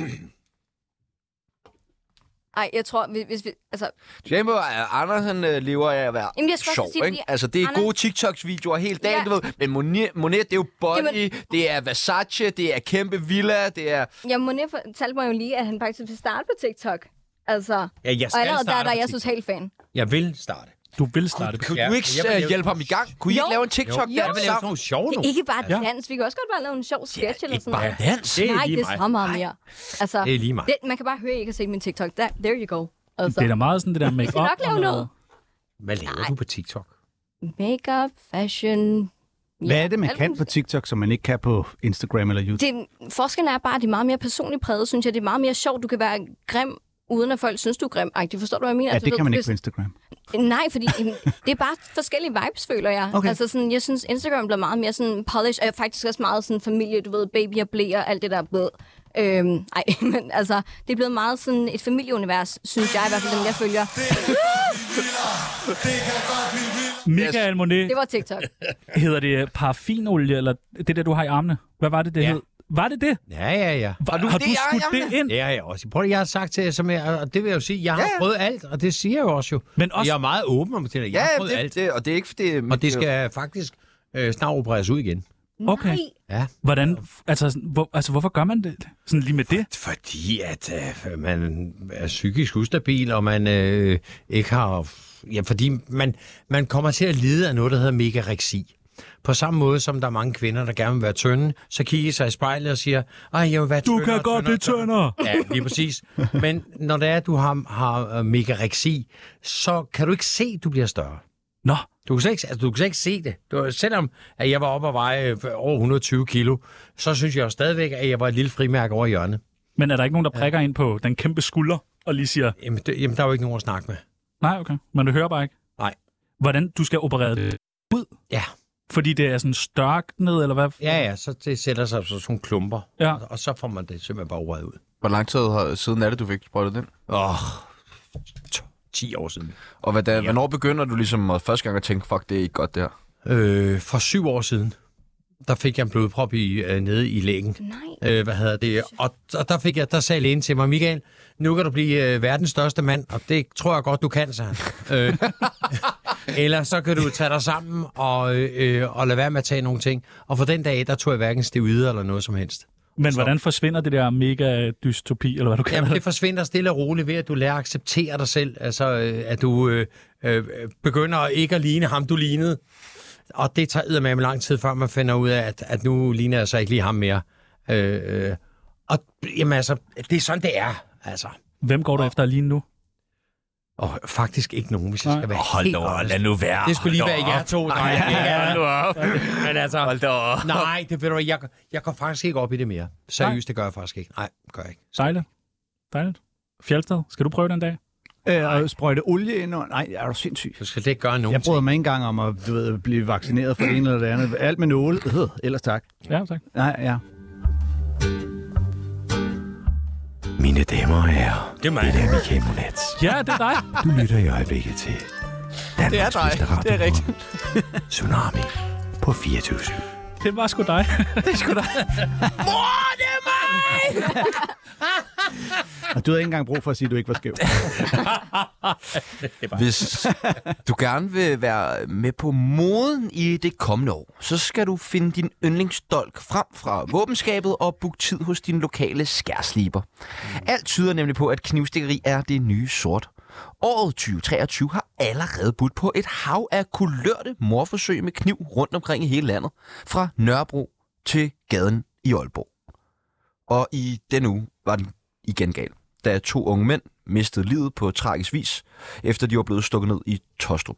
Ej, jeg tror, hvis, hvis vi... Altså, Jamie og Anders, han øh, lever af at være Jamen, jeg skal også sjov, sige, ikke? fordi Altså, det er Anders- gode TikToks-videoer hele dagen, Ja. du ved. Men Monet, Monet, det er jo body, Jamen- det er Versace, det er kæmpe villa, det er... ja, Monet fortalte mig jo lige, at han faktisk vil starte på TikTok. Altså, Ja, jeg og skal allerede der, starte der er på jeg TikTok. totalt fan. Jeg vil starte. Du vil starte. Kunne Ja, du ikke jeg vil øh, lave- hjælpe ham i gang? Kunne I Jo. ikke lave en TikTok Jo, der jeg vil lave sådan sammen? nogle sjove Det er nogle. ikke bare Ja. dans. Vi kan også godt bare lave en sjov sketch eller ikke sådan bare noget. Dans? Det er Nej, lige det er mig. så meget mere. Altså, Det er lige mig. det, man kan bare høre, at I ikke har set min TikTok. Der, there you go. Altså, Det er da meget sådan det der make-up. nok lave og noget. Hvad laver Nej. du på TikTok? makeup, fashion... Hvad er det, man alt kan muligt. på TikTok, som man ikke kan på Instagram eller YouTube? Det, forskellen er bare, at det er meget mere personligt præget, synes jeg. Det er meget mere sjovt. Du kan være grim, uden at folk synes, du er grim. Ej, det forstår du, hvad jeg mener? Ja, Altså, det du kan ved, man du ikke på Instagram. Nej, fordi jamen, det er bare forskellige vibes, føler jeg. Okay. Altså sådan, jeg synes, Instagram bliver meget mere sådan polish, og jeg er faktisk også meget sådan familie, du ved, baby og blæer, alt det der er blevet. Øhm, ej, men altså, det er blevet meget sådan et familieunivers, synes jeg i hvert fald, dem jeg følger. Michael Monet, Det var TikTok. hedder det paraffinolie, eller det der, du har i armene? Hvad var det, det Ja. hed? Var det det? Ja, ja, ja. Har du har det du i skudt armene? det ind? Det har jeg også. Prøv, jeg har sagt til jer, som jeg, og det vil jeg jo sige, jeg har Ja, ja. prøvet alt, og det siger jeg jo også jo. Men også- Jeg er meget åben om det. Jeg Ja, har prøvet det, alt. det, og det er ikke fordi... Og det skal faktisk øh, snart opereres ud igen. Okay. Nej. Ja. Hvordan, altså, sådan, hvor, altså, hvorfor gør man det? Sådan lige med det? Fordi at øh, man er psykisk ustabil, og man øh, ikke har... Ja, fordi man, man kommer til at lide af noget, der hedder megareksi. På samme måde som der er mange kvinder, der gerne vil være tynde, så kigger de sig i spejlet og siger, ej, jeg vil være Du tyndere, kan godt blive tyndere. Ja, lige præcis. Men når det er, at du har, har øh, megareksi, så kan du ikke se, at du bliver større. Nå, Du kunne slet ikke, altså, du kunne slet ikke se det. det var, selvom at jeg var oppe og veje over et hundrede og tyve kilo, så synes jeg jo stadigvæk, at jeg var et lille frimærke over hjørnet. Men er der ikke nogen, der prikker ja. ind på den kæmpe skulder og lige siger... Jamen, det, jamen, der er jo ikke nogen at snakke med. Nej, okay. Men du hører bare ikke? Nej. Hvordan du skal operere det ud? Ja. Fordi det er sådan størknet, eller hvad? Ja, ja, så det sætter sig så sådan klumper, ja. og, og så får man det simpelthen bare opereret ud. Hvor lang tid har, siden er det, du fik sprøjtet den? Åh, oh, ti år siden. Og hvad, ja. hvornår begynder du ligesom at første gang at tænke, fuck, det er ikke godt det her? Øh, for syv år siden, der fik jeg en blodprop i, øh, nede i lægen. Nej. Øh, hvad hedder det? Og, og der fik jeg, der sagde lægen til mig, Michael, nu kan du blive øh, verdens største mand, og det tror jeg godt, du kan, sagde han. øh, eller så kan du tage dig sammen og, øh, og lade være med at tage nogle ting. Og for den dag, der tog jeg hverken steroider eller noget som helst. Men så. Hvordan forsvinder det der mega-dystopi, eller hvad du kalder Jamen, det? det forsvinder stille og roligt ved, at du lærer at acceptere dig selv. Altså, øh, at du øh, øh, begynder ikke at ligne ham, du lignede. Og det tager med lang tid, før man finder ud af, at, at nu ligner jeg så ikke lige ham mere. Øh, øh, og jamen altså, det er sådan, det er. Altså. Hvem går du efter lige nu? Og faktisk ikke nogen, hvis jeg skal være hold helt da, lad nu være. Det skulle lige være jer to. Nej, ja, hold nu op. Men altså, hold da op. nej, det ved du, jeg, jeg går faktisk ikke op i det mere. Seriøst, det gør jeg faktisk ikke. Nej, det gør jeg ikke. Dejligt. Dejligt. Fjeldsted, skal du prøve den dag? Øh, og sprøjte olie ind og... Nej, er du sindssyg? Så skal det ikke gøre nogen Jeg bryder mig ikke engang om at du ved, blive vaccineret for det ene eller det andet. Alt med nåle. Øh, ellers tak. Ja, tak. Nej, ja. Mine damer og herrer, det er mig. Det er Michael Monats. Ja, det er dig. Du lytter i øjeblikket til Danmarks bedste radio. Det er rigtigt. Tsunami på fireogtyve syv. Det var sgu dig. Det er sgu dig. Mor, det er mig! Og du havde ikke engang brug for at sige, at du ikke var skæv. Hvis du gerne vil være med på moden i det kommende år, så skal du finde din yndlingsdolk frem fra våbenskabet og booke tid hos din lokale skærsliber. Alt tyder nemlig på, at knivstikkeri er det nye sort. Året tyve treogtyve har allerede budt på et hav af kulørte mordforsøg med kniv rundt omkring i hele landet. Fra Nørrebro til gaden i Aalborg. Og i denne uge var den igen gal, da to unge mænd mistede livet på tragisk vis, efter de var blevet stukket ned i Tostrup.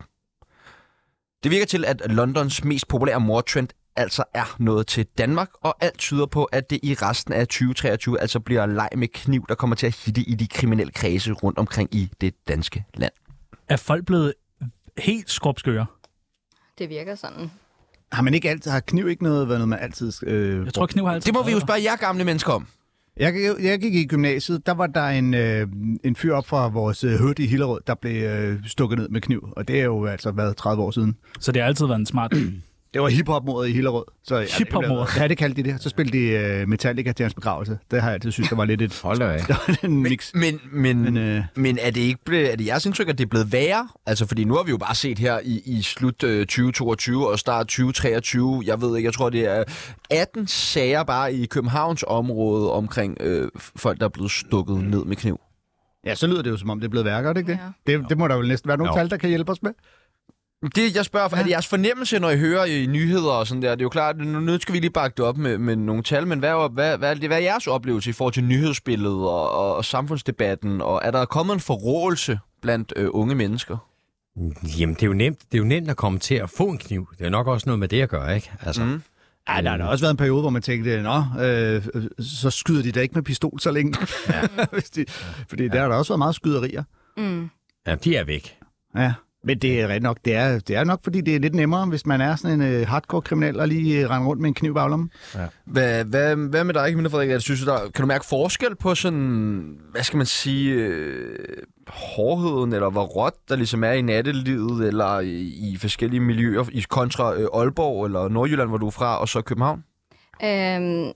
Det virker til, at Londons mest populære mordtrend altså er nået til Danmark, og alt tyder på, at det i resten af tyve treogtyve altså bliver leg med kniv, der kommer til at hitte i de kriminelle kredse rundt omkring i det danske land. Er folk blevet helt skrubskøre? Det virker sådan. Har man ikke altid, har kniv ikke noget været noget, man altid... Øh, Jeg tror, kniv har altid... Det må vi jo spørge jer gamle mennesker om. Jeg, jeg, jeg gik i gymnasiet, der var der en, øh, en fyr op fra vores øh, hørte i Hillerød, der blev øh, stukket ned med kniv, og det er jo altså været tredive år siden. Så det har altid været en smart... Det var hiphop-mordet i Hillerød. Så, ja, Hiphop-mordet? Ja, det kaldte de det. Så spillede de uh, Metallica til hans begravelse. Det har jeg altid synes, der var lidt et... Hold da af. Der var en mix. Men, men, Men, men, øh... øh... men er det ikke ble... er det jeres indtryk, at det er blevet værre? Altså, fordi nu har vi jo bare set her i, i slut øh, tyve toogtyve og start tyve treogtyve, jeg ved ikke, jeg tror, det er atten sager bare i Københavns område omkring øh, folk, der er blevet stukket ned med kniv. Ja, så lyder det jo, som om det er blevet værre, ikke det? Ja. Det, det må der jo næsten være nogle Jo. tal, der kan hjælpe os med. Det, jeg spørger for, ja. Er det jeres fornemmelse, når I hører i nyheder og sådan der? Det er jo klart, nu, nu skal vi lige bakke det op med, med nogle tal, men hvad er, hvad, hvad, er det, hvad er jeres oplevelse i forhold til nyhedsbilledet og, og, og samfundsdebatten? Og er der kommet en forrådelse blandt øh, unge mennesker? Jamen, det er, jo nemt, det er jo nemt at komme til at få en kniv. Det er nok også noget med det at gøre, ikke? Altså, Mm. Ja, der har da også været en periode, hvor man tænkte, nå, øh, så skyder de da ikke med pistol så længe. Ja. Hvis de, fordi ja. Der har der også været meget skyderier. Mm. ja, de er væk. Ja. Men det er ret nok, det er, det er nok, fordi det er lidt nemmere, hvis man er sådan en uh, hardcore kriminel og lige uh, render rundt med en kniv baglom. Ja. Hvad, hvad, hvad med dig, Camilla Frederik? Synes du, der, kan du mærke forskel på sådan, hvad skal man sige, øh, hårdheden, eller hvor råt der ligesom er i nattelivet, eller i, i forskellige miljøer, i kontra øh, Aalborg eller Nordjylland, hvor du er fra, og så København? Øhm,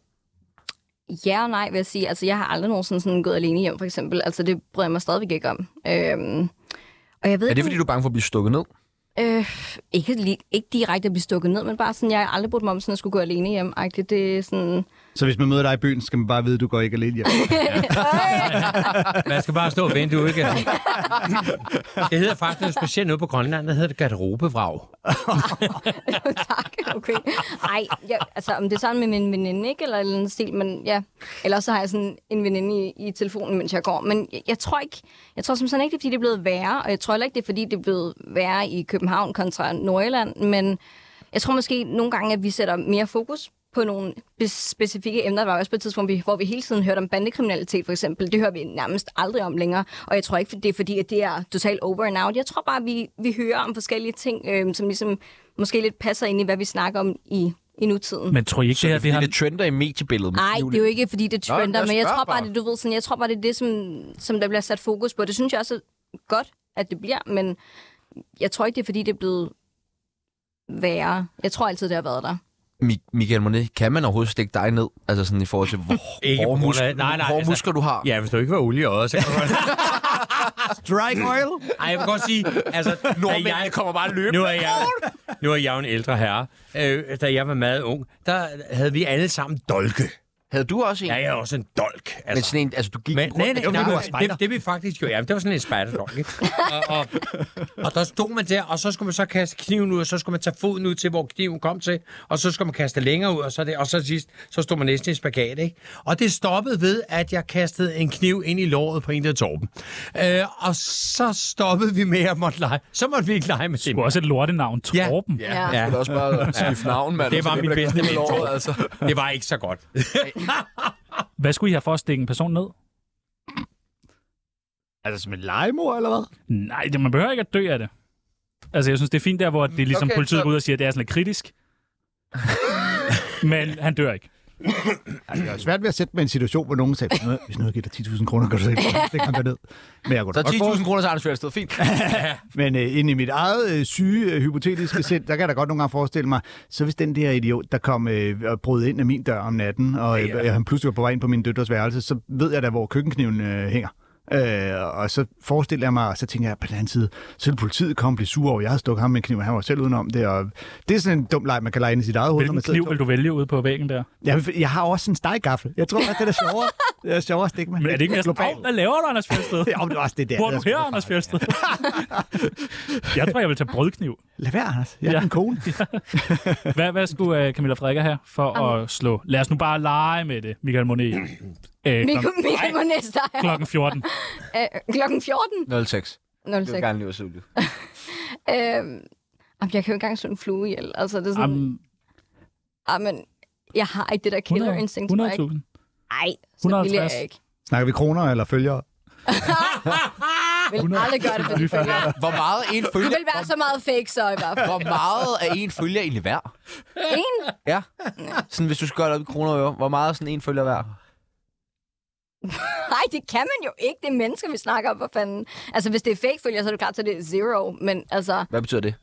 ja og nej, vil jeg sige. Altså, jeg har aldrig nogensinde sådan gået alene hjem, for eksempel. Altså, det bryder jeg mig stadigvæk ikke om. Øhm, og jeg ved Er det, ikke, fordi du er bange for at blive stukket ned? Øh, ikke, lige, ikke direkte at blive stukket ned, men bare sådan, jeg har aldrig brugt mig om sådan at skulle gå alene hjem. Det er sådan... Så hvis man møder dig i byen, skal man bare vide, at du går ikke alene hjem. Man skal bare stå og vente, du ikke? Det hedder faktisk noget specielt noget på Grønland, der hedder det garderobevrag. Tak, okay. Ej, ja, altså om det er sådan med min veninde, ikke? Eller en eller anden stil, men ja. Ellers så har jeg sådan en veninde i, i telefonen, mens jeg går. Men jeg, jeg tror ikke, jeg tror simpelthen ikke, det er, fordi det er blevet værre, og jeg tror heller ikke, det er, fordi det er blevet værre i København. København kontra Nordjylland, men jeg tror måske nogle gange, at vi sætter mere fokus på nogle specifikke emner. Der var også på et tidspunkt, hvor vi hele tiden hørte om bandekriminalitet, for eksempel. Det hører vi nærmest aldrig om længere. Og jeg tror ikke, det er fordi, at det er totalt over and out. Jeg tror bare, at vi, vi hører om forskellige ting, øh, som ligesom måske lidt passer ind i, hvad vi snakker om i, i nutiden. Men tror I ikke, så det her... det, det, det trender i mediebilledet? Nej, det er jo ikke, fordi det trender, Nå, men jeg tror bare, bare. det, du ved, sådan, jeg tror bare, det er det, som, som der bliver sat fokus på. Det synes jeg også er godt, at det bliver, men jeg tror ikke, det er fordi, det er blevet værre. Jeg tror altid, det har været der. Michael Monet, kan man overhovedet stikke dig ned? Altså sådan i forhold til, hvor Ikke hårde på grund muskler, af- nej, nej, hårde altså- muskler du har? Ja, hvis du ikke var olie i øjet, så kan du godt... Strike oil? Ej, jeg vil godt sige, altså... Nordmændene jeg, kommer bare løbende. nu er jeg, nu er jeg jo en ældre herre. Øh, da jeg var meget ung, der havde vi alle sammen dolke. Havde du også en? Ja, jeg er også en dolk. Altså. Men sådan en, altså du gik Men, nej, nej, det var, nej, fordi, du var nej, spejder. det, det vi faktisk gjorde, jamen, det var sådan en spejderdolk, ikke? og, og, og der stod man der, og så skulle man så kaste kniven ud, og så skulle man tage foden ud til, hvor kniven kom til, og så skulle man kaste længere ud, og så, det, og så sidst, så stod man næsten i spagat, ikke? Og det stoppede ved, at jeg kastede en kniv ind i låret på en, der Torben. Øh, og så stoppede vi med at måtte lege. Så måtte vi ikke lege med det. skulle også et lortenavn, Torben. Ja. Ja. Jeg skulle også bare skifte navn, mand. Det var Så mit bliver bedste knækket ven, låret, Torben. altså. Det var ikke så godt. Hvad skulle I have for at stikke en person ned? Altså som en legemor, eller hvad? Nej, det, man behøver ikke at dø af det. Altså, jeg synes, det er fint der, hvor det er ligesom Okay, okay, politiet så- går ud og siger, at det er sådan lidt kritisk. Men han dør ikke. Altså, det er svært ved at sætte mig i en situation, hvor nogen sagde, "Nå, hvis nu jeg giver dig ti tusind kroner, kan du sætte det kan ned. Men jeg kunne Så da godt ti forestille- tusind kroner til Anders Fjeldsted. Fint. Men øh, inde i mit eget øh, syge, øh, hypotetiske sind, der kan jeg da godt nogle gange forestille mig, så hvis den der idiot, der kom øh, og brød ind af min dør om natten, og øh, ja. han pludselig var på vej ind på min døtres værelse, så ved jeg da, hvor køkkenkniven øh, hænger. Øh, og så forestiller jeg mig, og så tænker jeg på den anden side, så vil politiet komme og blive sur over, jeg havde stukket ham med en kniv, og han var selv udenom det, og det er sådan en dum leg, man kan lege ind i sit eget hoved. når Hvilken man sidder kniv to- vil du vælge ude på væggen der? Jeg, jeg har også en steggaffel. Jeg tror, at det er sjovere. Det er sjovere at stikke med. Men er det ikke mere sådan, globalt? "Au, hvad laver du, Anders Fjeldsted? Ja, men det var også det der. Bor Det er du sgu her, da Anders fejl. Fjeldsted? Jeg tror, jeg vil tage brødkniv. Lad være, Anders. Jeg er Ja. din kone. Hvad, hvad skulle uh, Camilla Frederikker have for Am. at slå? Lad os nu bare lege med det, Michael Monet. Øh, Michael klokken, Michael Monet, der er klokken fjorten. øh, klokken fjorten. nul seks. nul Jeg vil seks. gerne lige være det. Øhm, jamen, jeg kan jo ikke engang slå en flue ihjel. Altså, det er sådan... Um, Jamen, jeg har ikke det der killer instinct. hundrede tusind. Nej, så et hundrede og vil jeg halvtreds. ikke. Snakker vi kroner eller følgere? Jeg vil aldrig gøre det for de følgere. Hvor meget er en Du følger? vil være så meget fake, så i hvert fald. Hvor meget er en følger egentlig værd? En? Ja. Sådan, hvis du skal gøre det op i kroner og øre, hvor meget er sådan en følger værd? Nej, det kan man jo ikke. Det er mennesker, vi snakker om, for fanden. Altså, hvis det er fake følger, så er det klart, så det er zero. Men altså, Hvad betyder det?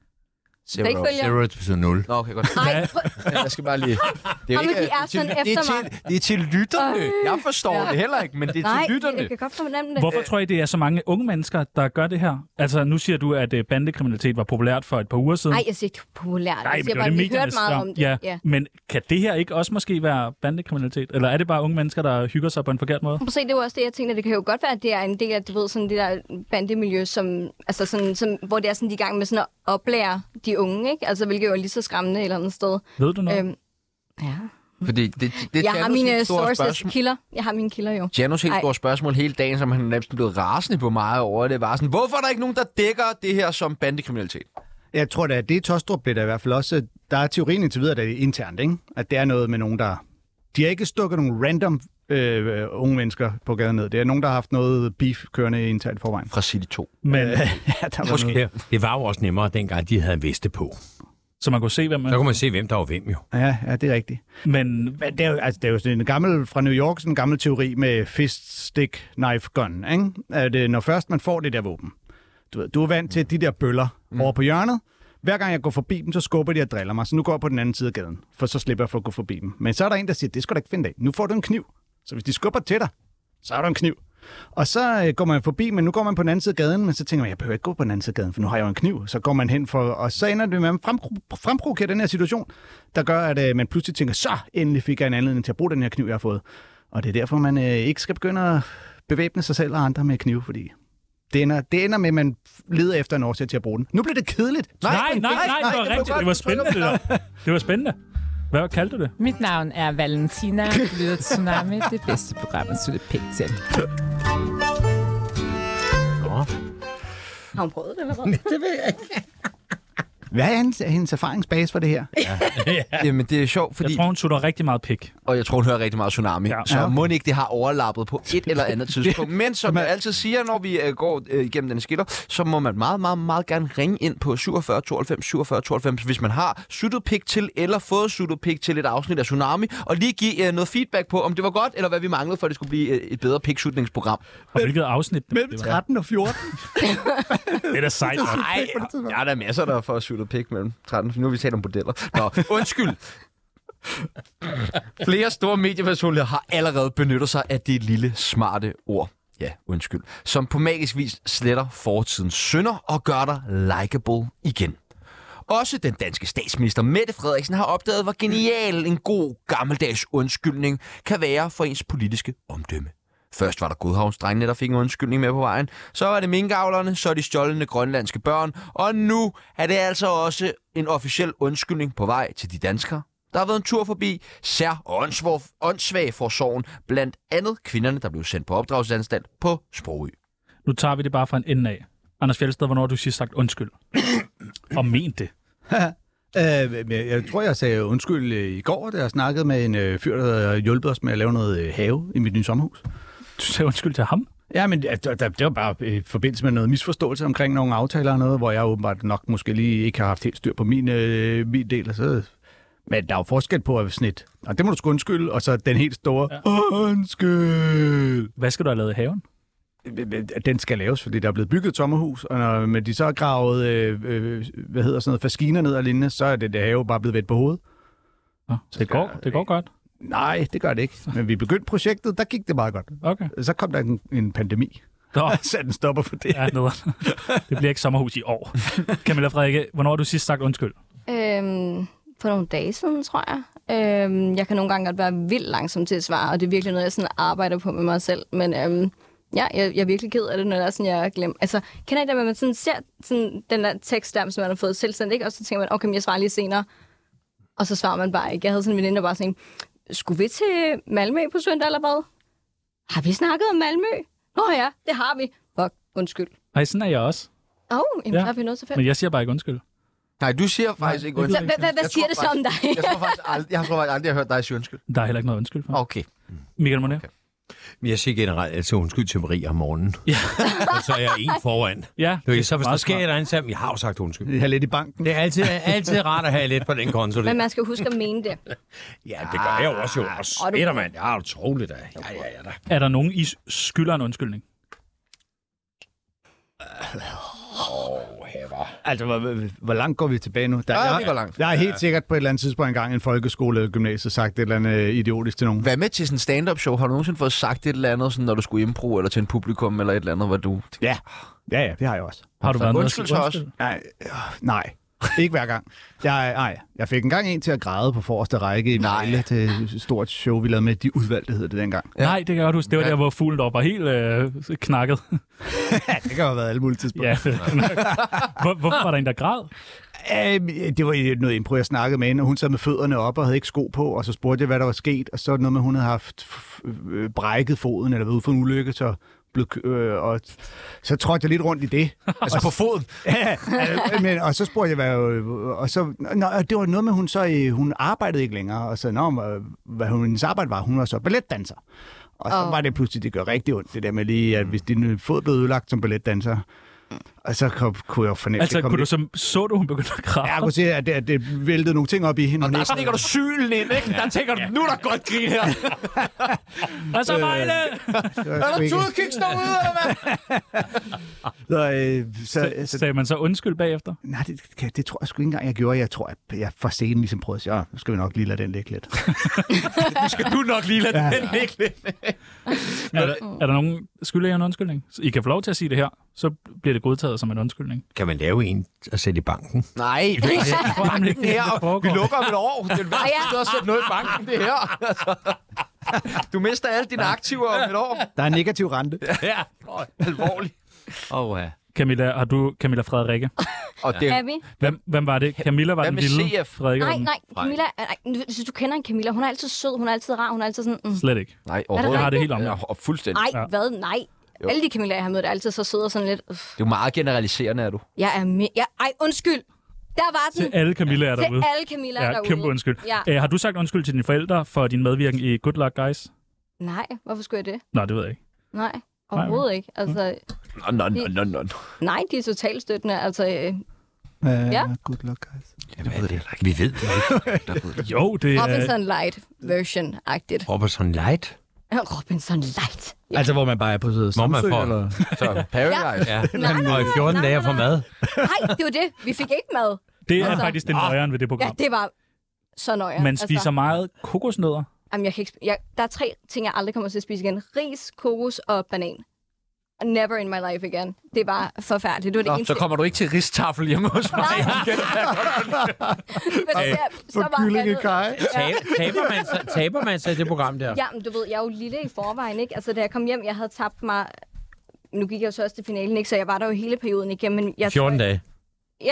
fake følger... Zero betyder nul. Nå, okay, godt. Ej, prøv- Jeg skal bare lige... Det Nå, men de er det er sådan til, det er efter til, mig. det er til lytterne. Øh. Jeg forstår Ja. det heller ikke, men det er nej, til lytterne. jeg kan godt fornemme det. Hvorfor tror I, det er så mange unge mennesker, der gør det her? Altså, nu siger du, at øh, bandekriminalitet var populært for et par uger siden. Nej, jeg siger ikke populært. Nej, jeg men siger det var bare, det vi hørte mediernes meget ja. om det. Ja. Ja. Men kan det her ikke også måske være bandekriminalitet? Eller er det bare unge mennesker, der hygger sig på en forkert måde? Prøv at se, det var også det, jeg tænkte, at det kan jo godt være, at det er en del af, du ved, sådan det der bandemiljø, som, altså sådan, som, hvor det er sådan, de er i gang med sådan at oplære de unge, ikke? Altså, hvilket jo er lige så skræmmende et eller andet sted. Ved du noget? Øhm, ja. Fordi det, det, det Jeg har Janos mine helt store sources, spørgsmål- kilder. Jeg har mine kilder jo. Janos helt Ej. store spørgsmål hele dagen, som han næsten blev rasende på mig over, det var sådan, hvorfor er der ikke nogen, der dækker det her som bandekriminalitet? Jeg tror da, at det i Tostrup bliver der i hvert fald også... Der er teorien indtil videre, at det er internt, ikke? At det er noget med nogen, der... De har ikke stukket nogle random øh, unge mennesker på gaden ned. Det er nogen, der har haft noget beef kørende internt i forvejen. Fra City to. Men, ja, der var Måske. noget. Det, det var jo også nemmere, dengang de havde en veste på. så man kunne se, hvem Så man... kunne man se, hvem der var hvem jo. Ja, ja, det er rigtigt. Men Men det er jo, altså, det er jo sådan en gammel, fra New York, sådan en gammel teori med fist, stick, knife, gun, ikke? At øh, når først man får det der våben, du ved, du er vant til de der bøller mm. over på hjørnet. Hver gang jeg går forbi dem, så skubber de og driller mig, så nu går jeg på den anden side af gaden, for så slipper jeg for at gå forbi dem. Men så er der en, der siger, det skal du ikke finde af. Nu får du en kniv. Så hvis de skubber til dig, så er der en kniv. Og så øh, går man forbi, men nu går man på den anden side af gaden, men så tænker man, jeg behøver ikke gå på den anden side af gaden, for nu har jeg jo en kniv. Så går man hen for, og så ender det med at frempro- fremprovokere den her situation, der gør, at øh, man pludselig tænker, så endelig fik jeg en anledning til at bruge den her kniv, jeg har fået. Og det er derfor, man øh, ikke skal begynde at bevæbne sig selv og andre med kniv, fordi det ender, det ender med, at man leder efter en årsag til at bruge den. Nu bliver det kedeligt. nej, nej, nej, nej, nej, det var det var rigtigt. godt. Det var spændende, det der. Det var spændende. Hvad kaldte du det? Mit navn er Valentina. Du lytter til Tsunami, det bedste program, at slutte pænt til. Har hun prøvet det, eller hvad? Det ved jeg ikke. Hvad er hendes, hendes erfaringsbase for det her? Ja. Jamen, det er sjovt, fordi... Jeg tror, hun sutter rigtig meget pik. Og jeg tror, hun hører rigtig meget Tsunami. Ja. Så Ja. må ikke det har overlappet på et eller andet tidspunkt. Men som jeg altid siger, når vi uh, går uh, igennem den skiller, så må man meget, meget, meget gerne ringe ind på syvogfyrre tooghalvfems syvogfyrre tooghalvfems, hvis man har suttet pik til, eller fået suttet pik til et afsnit af Tsunami, og lige give uh, noget feedback på, om det var godt, eller hvad vi manglede, for at det skulle blive uh, et bedre piksutningsprogram. Og hvilket afsnit? Mellem det var. tretten og fjorten. Det er da sejt. Nej, der er der masser, der får suttet pik mellem tretten. Nu har vi talt om modeller. Nå, undskyld. Flere store mediepersonligheder har allerede benyttet sig af det lille, smarte ord. Ja, undskyld. Som på magisk vis sletter fortidens synder og gør dig likeable igen. Også den danske statsminister Mette Frederiksen har opdaget, hvor genial en god gammeldags undskyldning kan være for ens politiske omdømme. Først var der Godhavnsdrengene, der fik en undskyldning med på vejen. Så var det minkavlerne, så de stjålne grønlandske børn. Og nu er det altså også en officiel undskyldning på vej til de danskere. Der har været en tur forbi sær- og åndssvagforsorgen, blandt andet kvinderne, der blev sendt på opdragelsesanstalt på Sprogø. Nu tager vi det bare fra en ende af. Anders Fjeldsted, hvornår har du sidst sagt undskyld? Og ment det? Uh, jeg tror, jeg sagde undskyld i går, da jeg snakkede med en uh, fyr, der hjulpet os med at lave noget uh, have i mit nye sommerhus. Du sagde undskyld til ham? Ja, men det, det var bare i forbindelse med noget misforståelse omkring nogle aftaler og noget, hvor jeg åbenbart nok måske lige ikke har haft helt styr på min, uh, min del. Og så... Men der er jo forskel på at snit. Og det må du sgu undskylde, og så den helt store ja. Undskyld. Hvad skal du have lavet i haven? Den skal laves, fordi der er blevet bygget et sommerhus, og når men de så har gravet, øh, øh, hvad hedder sådan noget, faskiner ned og lignende, så er det der have bare blevet vendt på hovedet. Ja, så det går, det går godt? Nej, det gør det ikke. Men vi begyndte projektet, der gik det meget godt. Okay. Så kom der en, en pandemi. Nå. Så den stopper for det. Ja, det bliver ikke sommerhus i år. Camilla Frederikke, hvornår har du sidst sagt undskyld? Øhm, for nogle dage siden, tror jeg. Øhm, jeg kan nogle gange godt være vildt langsom til at svare, og det er virkelig noget, jeg sådan arbejder på med mig selv. Men øhm, ja, jeg, jeg er virkelig ked af det, når det er sådan, jeg glemmer. Altså, kender I det, at man sådan ser sådan, den der tekst der, som man har fået selvstændigt, ikke? Og så tænker man, okay, men jeg svarer lige senere. Og så svarer man bare ikke. Jeg havde sådan en veninde, der bare sådan, skulle vi til Malmø på søndag eller hvad? Har vi snakket om Malmø? Nå ja, det har vi. Fuck, undskyld. Nej, sådan er jeg også. Åh, oh, jamen, ja. så har vi noget til fælles. Men jeg siger bare ikke undskyld. Nej, du siger faktisk ikke undskyld. Hvad siger det så om dig? Jeg tror faktisk aldrig, jeg tror faktisk aldrig, jeg har hørt dig sige undskyld. Der er heller ikke noget undskyld for. Okay. Michael Monet? Okay. Jeg siger generelt altså undskyld til Marie om morgenen. Ja. Og så er jeg en foran. Ja. Det er så hvis der sker et eller andet, så jeg har jo sagt undskyld. Jeg har lidt i banken. Det er altid, altid rart at have lidt på den konto. Men man skal huske at mene det. Ja, det gør jeg også jo. Og smitter, mand. Jeg har jo troligt af. Ja, ja, ja, da. Er der nogen, I skylder en undskyldning? Oh, hæver. Altså, hvor, hvor langt går vi tilbage nu? Der, Ja, jeg, vi går langt. Jeg har helt sikkert på et eller andet tidspunkt engang en folkeskole eller gymnasiet sagt et eller andet idiotisk til nogen. Hvad med til sådan en stand-up show? Har du nogensinde fået sagt et eller andet, sådan, når du skulle impro eller til en publikum eller et eller andet, hvor du... Ja, ja, ja det har jeg også. Har du været undskyld noget så også? Nej, øh, nej. Ikke hver gang. Jeg, nej, jeg fik engang en til at græde på forreste række i Vejle til et stort show, vi lavede med De Udvalgte, hed det dengang. Ja. Nej, det kan jeg godt huske. Det var ja. der, hvor fuglen op var helt øh, knakket. Det kan jo have været alle mulige tidspunkter. Ja. Hvor, hvorfor var der en, der græd? Øh, det var noget impro, jeg snakkede med hende, og hun sad med fødderne op og havde ikke sko på, og så spurgte jeg, hvad der var sket, og så noget med, at hun havde haft brækket foden, eller været ude for en ulykke, så blev, øh, og så trådte jeg lidt rundt i det. Altså på foden? Ja, men, og så spurgte jeg, hvad, og så, nå, det var noget med, hun så, hun arbejdede ikke længere, og så, nå, hvad hendes arbejde var, hun var så balletdanser. Og så oh. var det pludselig, det gør rigtig ondt, det der med lige, at hvis din fod blev ødelagt som balletdanser, og så kom, kunne jeg fornemme... Altså, kunne du så, så du, hun begyndte at græde? Ja, jeg kunne se, at det, at det væltede nogle ting op i hende. Og der stikker du sylen ind, ikke? Der tænker du, nu er der godt grin her. Og så Vejle! Er der tudkiks derude, eller hvad? så, øh, så, så, sagde man så undskyld bagefter? Nej, det, det tror jeg sgu ikke engang, jeg gjorde. Jeg tror, at jeg for scenen ligesom prøvede at sige, nu skal vi nok lige lade den ligge lidt. Nu skal du nok lige lade ja. den ligge lidt. er, der, er der nogen skylder en undskyldning? I kan få lov til at sige det her, så bliver det godtaget som en undskyldning. Kan man lave en at sætte i banken? Nej, det er ikke det her. Vi lukker om et år. Det er det værste sted at sætte noget i banken, det her. Altså. Du mister alle dine aktiver om et år. Der er negativ rente. Ja, alvorligt. Åh, oh, ja. Camilla, har du Camilla Frederikke? Og det, hvem, hvem var det? Camilla var den lille? Frederikke nej, nej, Camilla, nej, hvis du kender en Camilla, hun er altid sød, hun er altid rar, hun er altid sådan... Mm. Slet ikke. Nej, overhovedet. Jeg har det helt om. Ja, fuldstændig. Nej, hvad? Nej. Jo. Alle de Camilla, jeg har mødt, er altid så søde og sådan lidt... Uff. Det er jo meget generaliserende, er du. Jeg er med... Jeg... Ej, undskyld! Der var den. Til alle Camilla er Til derude. alle Camilla Ja, derude. kæmpe undskyld. Ja. Æ, har du sagt undskyld til dine forældre for din medvirken i Good Luck Guys? Nej, hvorfor skulle jeg det? Nå, det ved jeg ikke. Nej, overhovedet ikke. Altså, Nå, nå, nå, nå, nå. nej, de er totalt støttende. Altså, øh, Uh, Ja. Good luck, guys. Jeg ved det heller ikke. Vi ved det ikke. Jo, det er... Robinson Light version-agtigt. Robinson Light? Robinson Light. Ja. Altså, hvor man bare er på Hvor man Samsø, får- eller? Så Paradise. Ja. Nej, nej, Og i fjorten nej, dage nej, at få nej. mad. Nej, det var det. Vi fik ikke mad. Det er Altså- faktisk det nøjeren ved det Ja, program. det var så nøje. Man spiser meget kokosnødder. Jamen, jeg kan ikke, sp- jeg, der er tre ting, jeg aldrig kommer til at spise igen. Ris, kokos og banan. Never in my life again. Det var forfærdeligt. Det var det Nå, eneste. så kommer du ikke til ristafel hjemme hos mig Nej. igen. Hvis jeg- så For var kylling i andet- kaj. Taber, taber, man sig, taber man sig i det program der? Ja, men du ved, jeg er jo lille i forvejen, ikke? Altså, da jeg kom hjem, jeg havde tabt mig... Nu gik jeg jo så også til finalen, ikke? Så jeg var der jo hele perioden igennem. Men jeg fjorten tror, dage. Ja,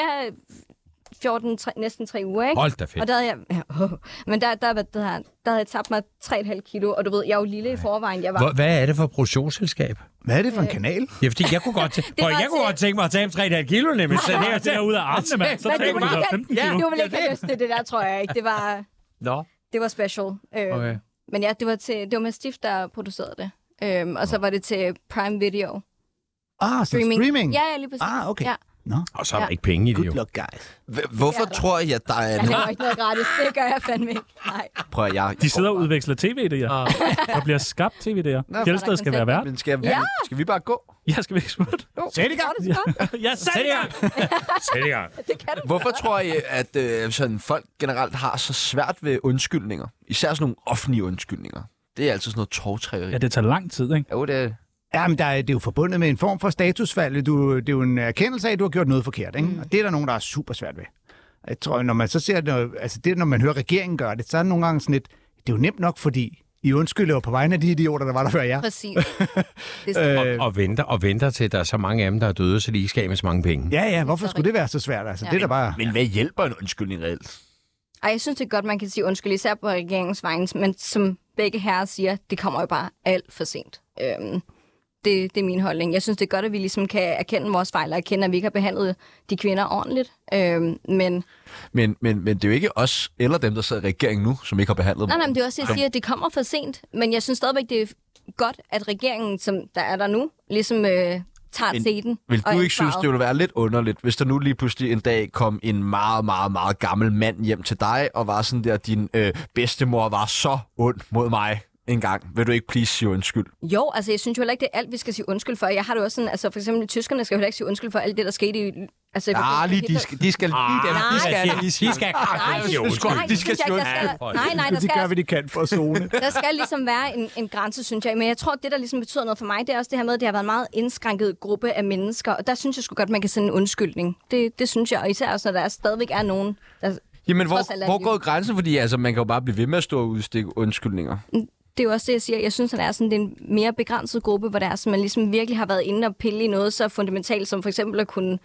fjorten, tre, næsten tre uger, ikke? Hold da fedt. Og der havde jeg... Ja, åh. Men der, der, der, der, der havde jeg tabt mig tre komma fem kilo, og du ved, jeg er jo lille i forvejen. Jeg var... Hvor, hvad er det for produktionsselskab? Hvad er det for en kanal? Ja, fordi jeg kunne godt, tæ- var Prøv, jeg kunne til- godt tænke mig at tage tre komma fem kilo, nemlig. Så det er Det er ud af armene, mand. Så Men taber du du vil så ikke, femten have- kilo. du vil ikke have lyst til det der, tror jeg ikke. Det var, Nå. det var special. Øh, Okay. Men ja, det var, til, det var med Stift, der producerede det. Øhm, og så var det til Prime Video. Ah, så streaming. Ja, ja, lige præcis. Ah, okay. Ja. Nå. Og så er der Ja. ikke penge i det, Good jo. luck, guys. H- Hvorfor Det er der. tror I, at der er Jeg en... laver ikke noget gratis. Det gør jeg fandme ikke. Nej. Prøv at jeg... De sidder og udveksler tv-idéer. Der bliver skabt tv-idéer. Fjeldsted skal være vært. Men skal, vi, Ja. skal vi bare gå? Ja, skal vi ikke spørge? Sæt i gang. Gør det så godt. Ja, sæt i gang! Sæt i gang. Det kan du. Hvorfor tror I, at øh, sådan, folk generelt har så svært ved undskyldninger? Især sådan nogle offentlige undskyldninger. Det er altid sådan noget tovtrækkeri. Ja, det tager lang tid, ikke? Jo, det er... Ja, men der er, det er jo forbundet med en form for statusfald. Du, det er jo en erkendelse af, at du har gjort noget forkert, ikke? Mm. Og det er der nogen, der er super svært ved. Jeg tror, når man så ser det, altså det, når man hører regeringen gøre det, så er det nogle gange sådan lidt, det er jo nemt nok, fordi I undskylder jo på vegne af de idioter, der var der før jer. Præcis. Det er Øh, Og venter, og venter til, at der er så mange af dem, der er døde, så de ikke skal af med så mange penge. ja, ja, hvorfor skulle det være så svært? Altså, Ja. det er da bare... Men hvad hjælper en undskyldning reelt? Ej, jeg synes det er godt, man kan sige undskyld, især på regeringens vegne, men som begge herrer siger, det kommer jo bare alt for sent. Øhm, det, det er min holdning. Jeg synes, det er godt, at vi ligesom kan erkende vores fejl, og erkende, at vi ikke har behandlet de kvinder ordentligt. Øhm, men Men, men, men det er jo ikke os eller dem, der sidder i regeringen nu, som ikke har behandlet nej, dem. nej, men det er også, jeg siger, at det kommer for sent. Men jeg synes stadigvæk, det er godt, at regeringen, som der er der nu, ligesom øh, tager Men teten. Vil og du ikke synes, ansvaret. det ville være lidt underligt, hvis der nu lige pludselig en dag kom en meget, meget, meget gammel mand hjem til dig, og var sådan der, din øh, bedstemor var så ond mod mig en gang. Vil du ikke please sige undskyld? Jo, altså jeg synes jo heller ikke, det er alt, vi skal sige undskyld for. Jeg har det også sådan, altså for eksempel tyskerne skal jo heller ikke sige undskyld for alt det, der skete i... Altså, Ja, lige, de skal, de skal lige dem. De skal lige sige. De skal Nej, det sige undskyld. nej, det synes jeg ikke, der skal. Nej, nej, der De gør, skal, hvad de kan for at zone. der skal ligesom være en, en grænse, synes jeg. Men jeg tror, at det, der ligesom betyder noget for mig, det er også det her med, at det har været en meget indskrænket gruppe af mennesker. Og der synes jeg sgu godt, man kan sende en undskyldning. Det, det synes jeg, og især også, når der stadigvæk er nogen, der... Jamen, trods alt hvor, er hvor det går jo- grænsen? Fordi altså, man kan jo bare blive ved med at stå og udstikke undskyldninger. Det er jo også det, jeg siger. Jeg synes, at det er sådan det er en mere begrænset gruppe, hvor der er, så man ligesom virkelig har været inde og pille i noget så fundamentalt, som for eksempel at kunne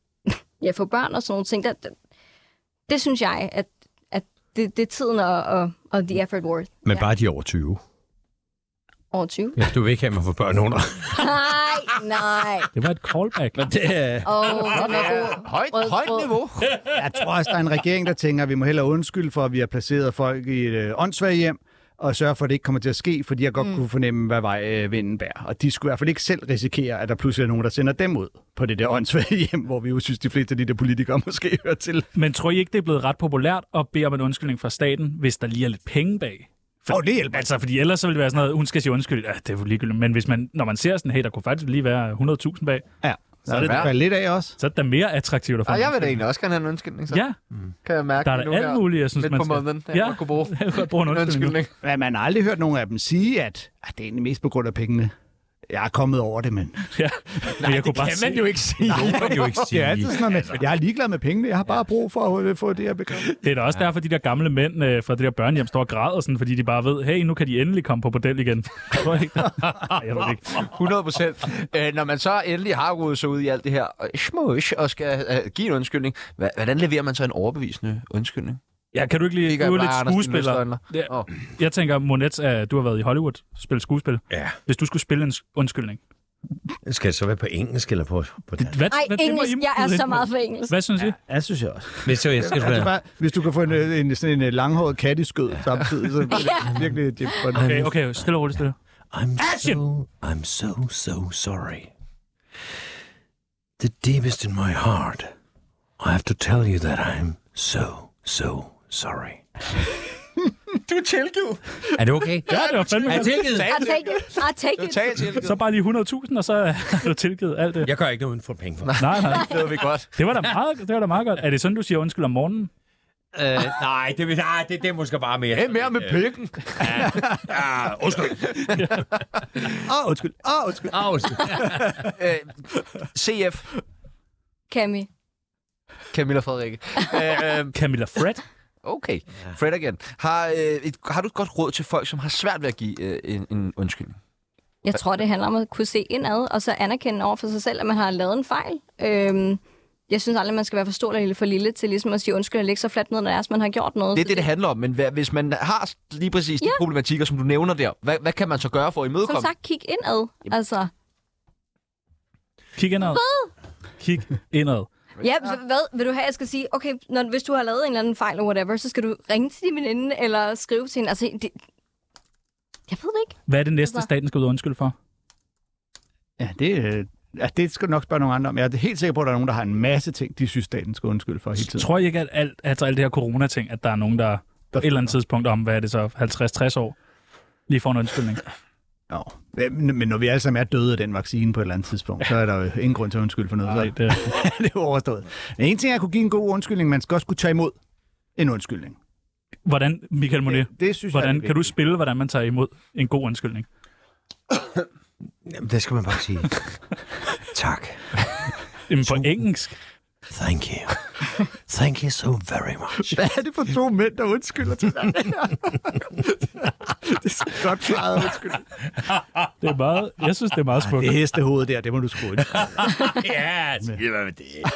ja, få børn og sådan nogle ting. Det, det, det synes jeg, at, at det, det er tiden og, og, og the effort worth. Men bare de over tyve. Over tyve? Ja, du vil ikke have mig for børn under. Nej, nej. Det var et callback. Det er... Åh, oh, den er god. Højt, Rød højt tråd. niveau. Jeg tror også, der er en regering, der tænker, at vi må hellere undskylde for, at vi har placeret folk i et øh, åndssvagt hjem, og sørge for, at det ikke kommer til at ske, fordi jeg godt mm. kunne fornemme, hvad vej øh, vinden bærer. Og de skulle i hvert fald ikke selv risikere, at der pludselig er nogen, der sender dem ud på det der åndssvage hjem, hvor vi jo synes, de fleste af de der politikere måske hører til. Men tror I ikke, det er blevet ret populært at bede om en undskyldning fra staten, hvis der lige er lidt penge bag? Åh, oh, det hjælper. Altså, fordi ellers så ville det være sådan noget, hun skal sige undskyld. Ja, det er jo ligegyldigt. Men hvis man, når man ser sådan, hey, der kunne faktisk lige være hundrede tusind bag, Ja, så er det, der er lidt af også. så er det da mere attraktivt at få Og en jeg vil da undskyldning. egentlig også gerne have en undskyldning, så Ja, kan jeg mærke der er det der nu alt her. muligt, jeg synes, Midt man på skal. måneden, jeg Ja. godt kunne bruge Jeg vil bruge en en undskyldning. undskyldning. Men man har aldrig hørt nogen af dem sige, at, at det er egentlig mest på grund af pengene. Jeg er kommet over det, men... Ja. Men jeg kunne bare sige, jo ikke sige. Det kan man jo ikke Det er altid sige. sådan noget med, jeg er ligeglad med pengene, jeg har bare brug for at få det her bekræftet. det er da også derfor, de der gamle mænd øh, fra det der børnehjem står og græder, sådan, fordi de bare ved, hey, nu kan de endelig komme på bordel igen. Tror jeg ikke det? Nej, jeg ved det ikke. hundrede procent. Øh, når man så endelig har rodet sig ud i alt det her øh, smush, og skal øh, give en undskyldning, hva- hvordan leverer man så en overbevisende undskyldning? Ja, kan du ikke lige... Kigger Du er jeg lidt bare Anders Stine skuespiller. Løsdøgner? Ja, Åh. jeg tænker, Monet, uh, du har været i Hollywood, spillet skuespil. Ja. Hvis du skulle spille en s- undskyldning, Skal det så være på engelsk eller på, på dansk? Hvad, Ej, hvad, det må engelsk. I Jeg er byde så ind meget på. for engelsk. Hvad synes I? Ja, synes jeg også. Hvis, så, jeg skal Altså være... bare, hvis du kan få en, en, sådan en langhåret kat i skød samtidig, så er det virkelig James Bond. Okay, okay, stille og roligt, stille. I'm so, I'm so, so sorry. The deepest in my heart, I have to tell you that I'm so, so sorry. Du er tilgivet. Er det okay? Ja, det var fandme Er godt. det tilgivet? I take it. I take it. Totalt tilgivet. Så bare lige hundrede tusind, og så er du tilgivet alt det. Jeg gør ikke noget uden for penge for. Nej, nej. Det ved vi godt. Det var da meget, det var da meget godt. Er det sådan, du siger undskyld om morgenen? Øh, nej, det, nej det, det er måske bare mere. Det er mere med pikken. Ja, undskyld. Åh, oh, undskyld. Åh, oh, undskyld. Ah, undskyld. Øh, C F. Cami. Camilla Frederikke. øh, øh, Camilla Fred? okay. Fred igen. Har, øh, et, har du et godt råd til folk, som har svært ved at give øh, en, en undskyldning? Jeg tror, det handler om at kunne se indad, og så anerkende over for sig selv, at man har lavet en fejl. Øhm, jeg synes aldrig, man skal være for stor eller for lille til ligesom at sige undskyld og lægge så fladt ned, når det er, at man har gjort noget. Det er det, det handler om. Men hvad, hvis man har lige præcis de Ja. problematikker, som du nævner der, hvad, hvad kan man så gøre for at Som imødekomme? sagt, kig indad. Altså, Kig indad. Kig indad. ja, hvad vil du have, jeg skal sige? Okay, når, hvis du har lavet en eller anden fejl eller whatever, så skal du ringe til din veninde eller skrive til hende. Altså, det, jeg ved det ikke. Hvad er det næste, Altså- staten skal ud og undskylde for? Ja, det, øh, ja, det skal du nok spørge nogle andre om. Jeg er helt sikker på, at der er nogen, der har en masse ting, de synes, staten skal undskylde for hele tiden. Tror jeg ikke, at alt, altså alt det her corona-ting, at der er nogen, der på et eller andet tidspunkt om, hvad er det så, halvtreds til tres år, lige får en undskyldning? Jo. Men men når vi alle sammen er døde af den vaccine på et eller andet tidspunkt, så er der jo ingen grund til at undskylde for noget. Nej, Så det, det er jo overstået. Men en ting er at kunne give en god undskyldning, man skal også kunne tage imod en undskyldning. hvordan, Michael Monet, Det, det synes hvordan jeg er kan du spille, hvordan man tager imod en god undskyldning? Jamen, det skal man bare sige. Tak. Jamen, på engelsk. Thank you. Thank you so very much. Hvad er det for to mænd, der undskylder til dig? Det er så godt klaret undskyld. Det er meget, jeg synes, det er meget smukt. Det hestehoved der, det må du skrue ind. Ja, det med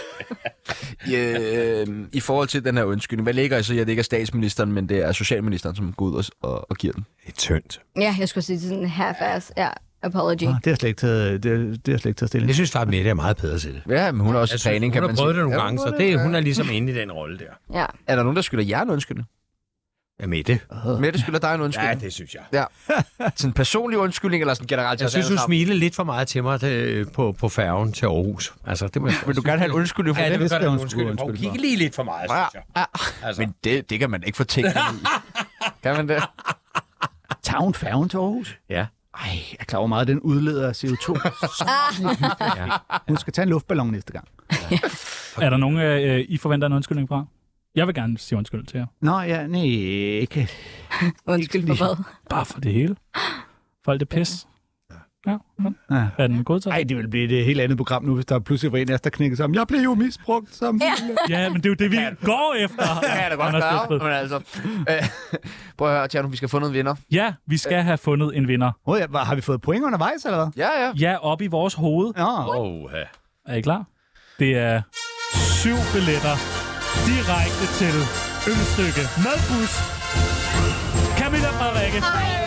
det. Øh, I forhold til den her undskyldning, hvad ligger I så? Ja, det ikke er statsministeren, men det er socialministeren, som går ud og, og, og giver den. Det er tyndt. Ja, jeg skulle sige sådan en half-ass ja, apology. Nå, det har jeg slet ikke taget, det, det har jeg slet ikke taget stilling. Jeg synes faktisk, Mette er meget bedre til det. Ja, men hun har også Jeg træning, synes, kan hun man har prøvet sige. det nogle Ja, gange, hun så har det, hun er ligesom inde i den rolle der. Ja. Er der nogen, der skylder jer en undskyldning? Ja, Mette. Mette skylder dig en Ja, undskyldning? det synes jeg. Ja. Sådan en personlig undskyldning, eller sådan generelt? til Jeg os synes, alle hun sammen? smiler lidt for meget til mig til, på, på færgen til Aarhus. Altså, det må jeg Vil du gerne have en undskyldning for Ja, det? det vil skal jeg hun gerne sgu undskylde for. Hun undskylde for. kigger lige lidt for meget, Ja, synes jeg. ja. Altså. Men det, det kan man ikke få tænkt i. Kan man det? Tager hun færgen til Aarhus? Ja. Ej, jeg er klar over meget, den udleder C O to. Ja. Hun skal tage en luftballon næste gang. Er der nogen, øh, I forventer en undskyldning fra? Jeg vil gerne sige undskyld til jer. Nå, ja, nej, ikke. Undskyld for hvad? Bare for det hele. For alt det pis. Ja, ja. Ja. Er den godtaget? Ej, det vil blive et helt andet program nu, hvis der pludselig var en af os, der knækker sammen. Jeg blev jo misbrugt som... Ja. Ja, men det er jo det, vi går efter. Det kan jeg da godt Anders gøre, Bæltfred. men altså... Øh, prøv at høre, Tjerno, vi skal få noget vinder. Ja, vi skal have fundet en vinder. Oh, ja, hvad, har vi fået point undervejs, eller hvad? Ja, ja. Ja, op i vores hoved. Ja. Oh, ja. Er I klar? Det er syv billetter direkte til Ølstykke med bus. Camilla Frederikke.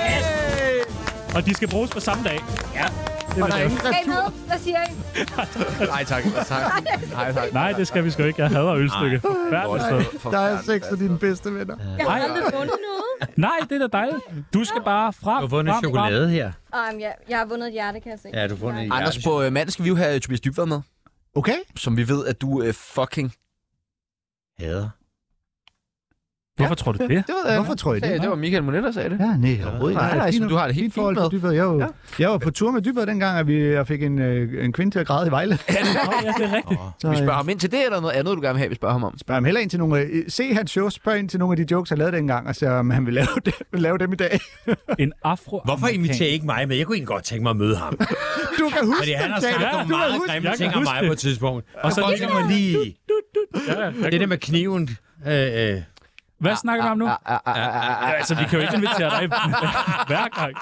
Og de skal bruges på samme dag. Ja. Det Og vil der er jeg. ingen Hey, retur. med. Hvad siger I? Nej, tak. tak. Nej, tak. Nej, det skal vi sgu ikke. Jeg hader Ølstykke. Færdigt sted. Der er seks af dine bedste venner. Jeg har aldrig vundet noget. Nej, det er da dejligt. Du skal bare frem. Du har vundet frem, chokolade her. Um, ja, jeg har vundet et hjerte, kan jeg se. Ja, du har vundet Anders, på øh, mandag skal vi jo have Tobias Dybvad med, Okay. som vi ved, at du øh, fucking... hader. Hvorfor tror du det? Det ved jeg. Hvorfor tror I det? Ja, det var Michael Monet, der sagde det. Ja, nej, overhovedet Nej, ikke. nej, Det er så fint- du har det helt fint forhold fint til Dybvad. Jeg, var, ja. jeg var på tur med Dybvad dengang, at vi, jeg fik en, øh, en kvinde til at græde i Vejle. Nå, ja, det er rigtigt. Så, Vi øh, spørger ham ind til det, eller noget andet, du gerne vil have, vi spørger ham om. spørg ham heller ind til nogle... Øh, se hans show, spørg ind til nogle af de jokes, han lavede dengang, og se, om han vil lave, det, vil lave dem i dag. En afro. Hvorfor inviterer I ikke mig med? Jeg kunne egentlig godt tænke mig at møde ham. Du kan huske Fordi han har den, sagt Tjerno. nogle Du kan meget huske- grimme jeg ting kan om huske mig det. på et tidspunkt. Og Og så så godt tænke mig lige... Ja, ja. Det der med kniven... Øh, øh. Hvad snakker vi om nu? Ja, altså, vi kan jo ikke invitere dig hver gang.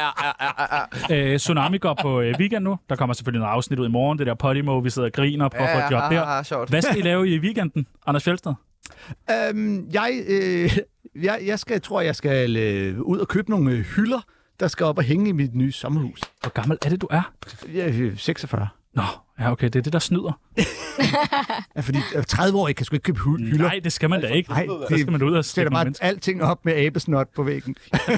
Øh, Tsunami går på øh, weekend nu. Der kommer selvfølgelig noget afsnit ud i morgen. Det der Podimo, vi sidder og griner på at få et job der. sjovt. Hvad skal I lave i weekenden, Anders Fjeldsted? Øhm, jeg, øh, jeg, jeg skal, tror, jeg skal øh, ud og købe nogle øh, hylder der skal op og hænge i mit nye sommerhus. Hvor gammel er det, du er? Jeg er seksogfyrre. Nå, ja, okay, det er det, der snyder. Ja, fordi tredive år, jeg kan sgu ikke købe hylder. Nej, det skal man da ikke. Nej, Så skal man ud og sætter bare alting op med abesnot på væggen.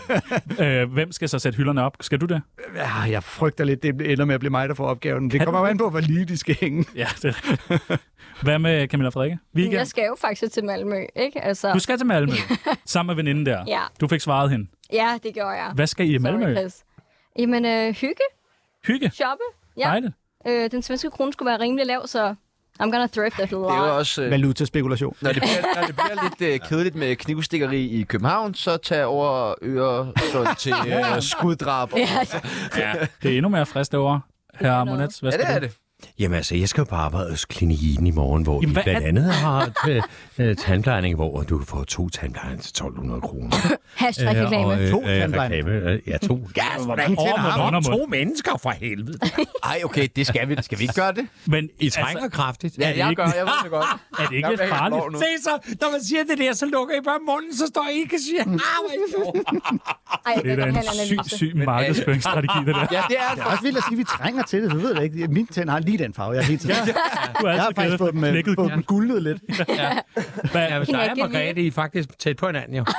øh, hvem skal så sætte hylderne op? Skal du det? Ja, jeg frygter lidt, det ender med at blive mig, der får opgaven. Det kommer jo an på, hvor lige de skal hænge. Ja, det Hvad med Camilla Frederikke? Weekend? Jeg skal jo faktisk til Malmø, ikke? Altså... Du skal til Malmø, sammen med veninden der. Ja. Du fik svaret hende. Ja, det gjorde jeg. Hvad skal I i Malmø? Sorry, Chris. Jamen, øh, hygge. Hygge? Shoppe. Ja. Dejligt. Øh, den svenske krone skulle være rimelig lav, så I'm gonna thrift it. Det er jo også... Øh, valutaspekulation. Når det bliver, når det bliver lidt øh, kedeligt med knivstikkeri i København, så tag over Øresund til øh, skuddrab. Ja. Ja, det er endnu mere frisk derovre. Herre Monets, hvad Ja, skal det er du? det. Jamen altså, jeg skal jo på arbejdsklinikken i morgen, hvor Jamen, de hvad blandt er- andet har t- øh, tandplejning, hvor du kan få to tandplejninger til tolv hundrede kroner. Hashtag reklame. To tandplejninger. reklame. Øh, Ja, to. Ja, Hvor mange tænder har man? to mennesker for helvede. Ej, okay, det skal vi. Skal vi ikke gøre det? Men I trænger kraftigt. Ja, det jeg ikke- gør, jeg ved det godt. er det ikke Jeg lidt vil have farligt? lov nu. Se så, når man siger det der, så lukker I bare munden, så står I ikke og siger, ah, hvor er I sjov. Ej, Det er da vil en have syg, analyse. syg markedsføringsstrategi, det der. Ja, det er Det er også vildt at sige, at vi trænger til det. Du ved det ikke. Mine tænder har lige den farve. Jeg, er helt Du er jeg har altid faktisk fået dem, øh, knækket. fået dem gulnet lidt. Hvad, Ja, hvis der er Knække Margrethe, I er faktisk tæt på hinanden, jo.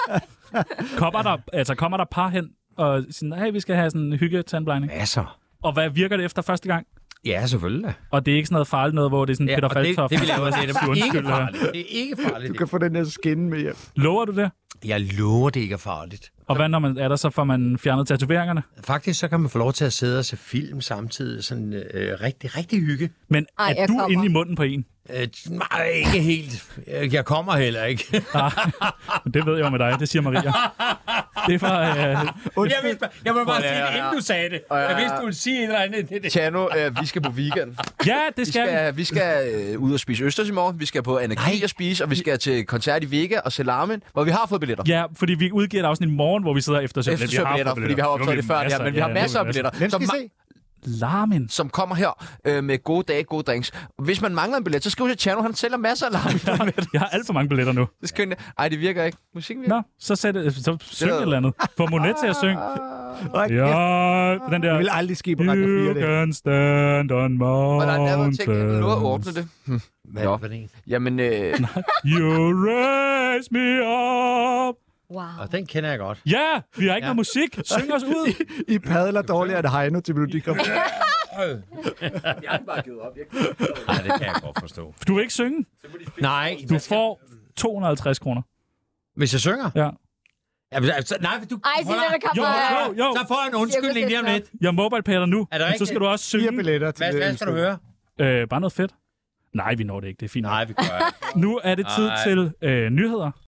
kommer, der, altså, kommer der par hen og siger, hey, vi skal have sådan en hygge-tandplejning? Masser. Og hvad virker det efter første gang? Ja, selvfølgelig. Og det er ikke sådan noget farligt noget, hvor det er sådan Ja, Peter og det, Falktoft. det vil jeg også sige, det er Undskyld, ikke farligt. Det er ikke farligt. Du kan få den der skinne med hjem. Lover du det? Jeg lover, det ikke er farligt. Og hvad når man er der, så får man fjernet tatoveringerne? Faktisk så kan man få lov til at sidde og se film samtidig. Sådan øh, rigtig, rigtig hygge. Men Ej, er jeg du kommer. inde i munden på en? Øh, nej, ikke helt. Jeg kommer heller ikke. Ah, det ved jeg jo med dig, det siger Maria. Det var... Øh, jeg, vidste, jeg må bare Prøv at sige høre det, her. inden du sagde det. Og jeg- Jeg vidste, du ville sige et eller andet. Det, det. Tjano, øh, vi skal på weekend. ja, det Vi skal vi. skal, vi skal øh, ud og spise østers i morgen. Vi skal på Energi og spise, og vi skal til koncert i Vega og Selamen, hvor vi har fået billetter. Ja, fordi vi udgiver et afsnit i morgen, hvor vi sidder efter søndag. Efter billetter, fordi vi har optaget det før, ja, men vi har masser af billetter. Hvem skal I Som, se? Larmen. som kommer her øh, med gode dage, gode drinks. Hvis man mangler en billet, så skriv til Tjano, han sælger masser af larm. Jeg har alt for mange billetter nu. Det skal, ej, det virker ikke. Musikken virker. Nå, så, sæt, så syng et eller andet. Få Monet til at synge. Hold kæft. Ja, den der... Det vil aldrig ske på Radio fire, You det. can stand on Og der er nærmere tænkt, at jeg nåede at mountains. ordne det. Hm. Hvad Nå. er det for en? Jamen, øh, You raise me up. Wow. Og den kender jeg godt. Ja, vi har ikke noget musik. Syng os ud. I padler dårligere end Heino til melodikom. jeg har bare givet op. Jeg Nej, det kan jeg godt forstå. Du vil ikke synge. Nej, Du får to hundrede og halvtreds kroner. hvis jeg synger? Ja. Jamen, altså, nej, du... Ej, sig det, der Jo, kommer... jo, jo. Så får jeg en undskyldning lige om lidt. Jeg mobile dig nu. Er det Men så rigtigt? skal du også Fire synge. billetter til Hvad, det. hvad skal du høre? Øh, bare noget fedt. Nej, vi når det ikke. Det er fint. Nej, vi gør ikke. Nu er det tid Nej. til øh, nyheder.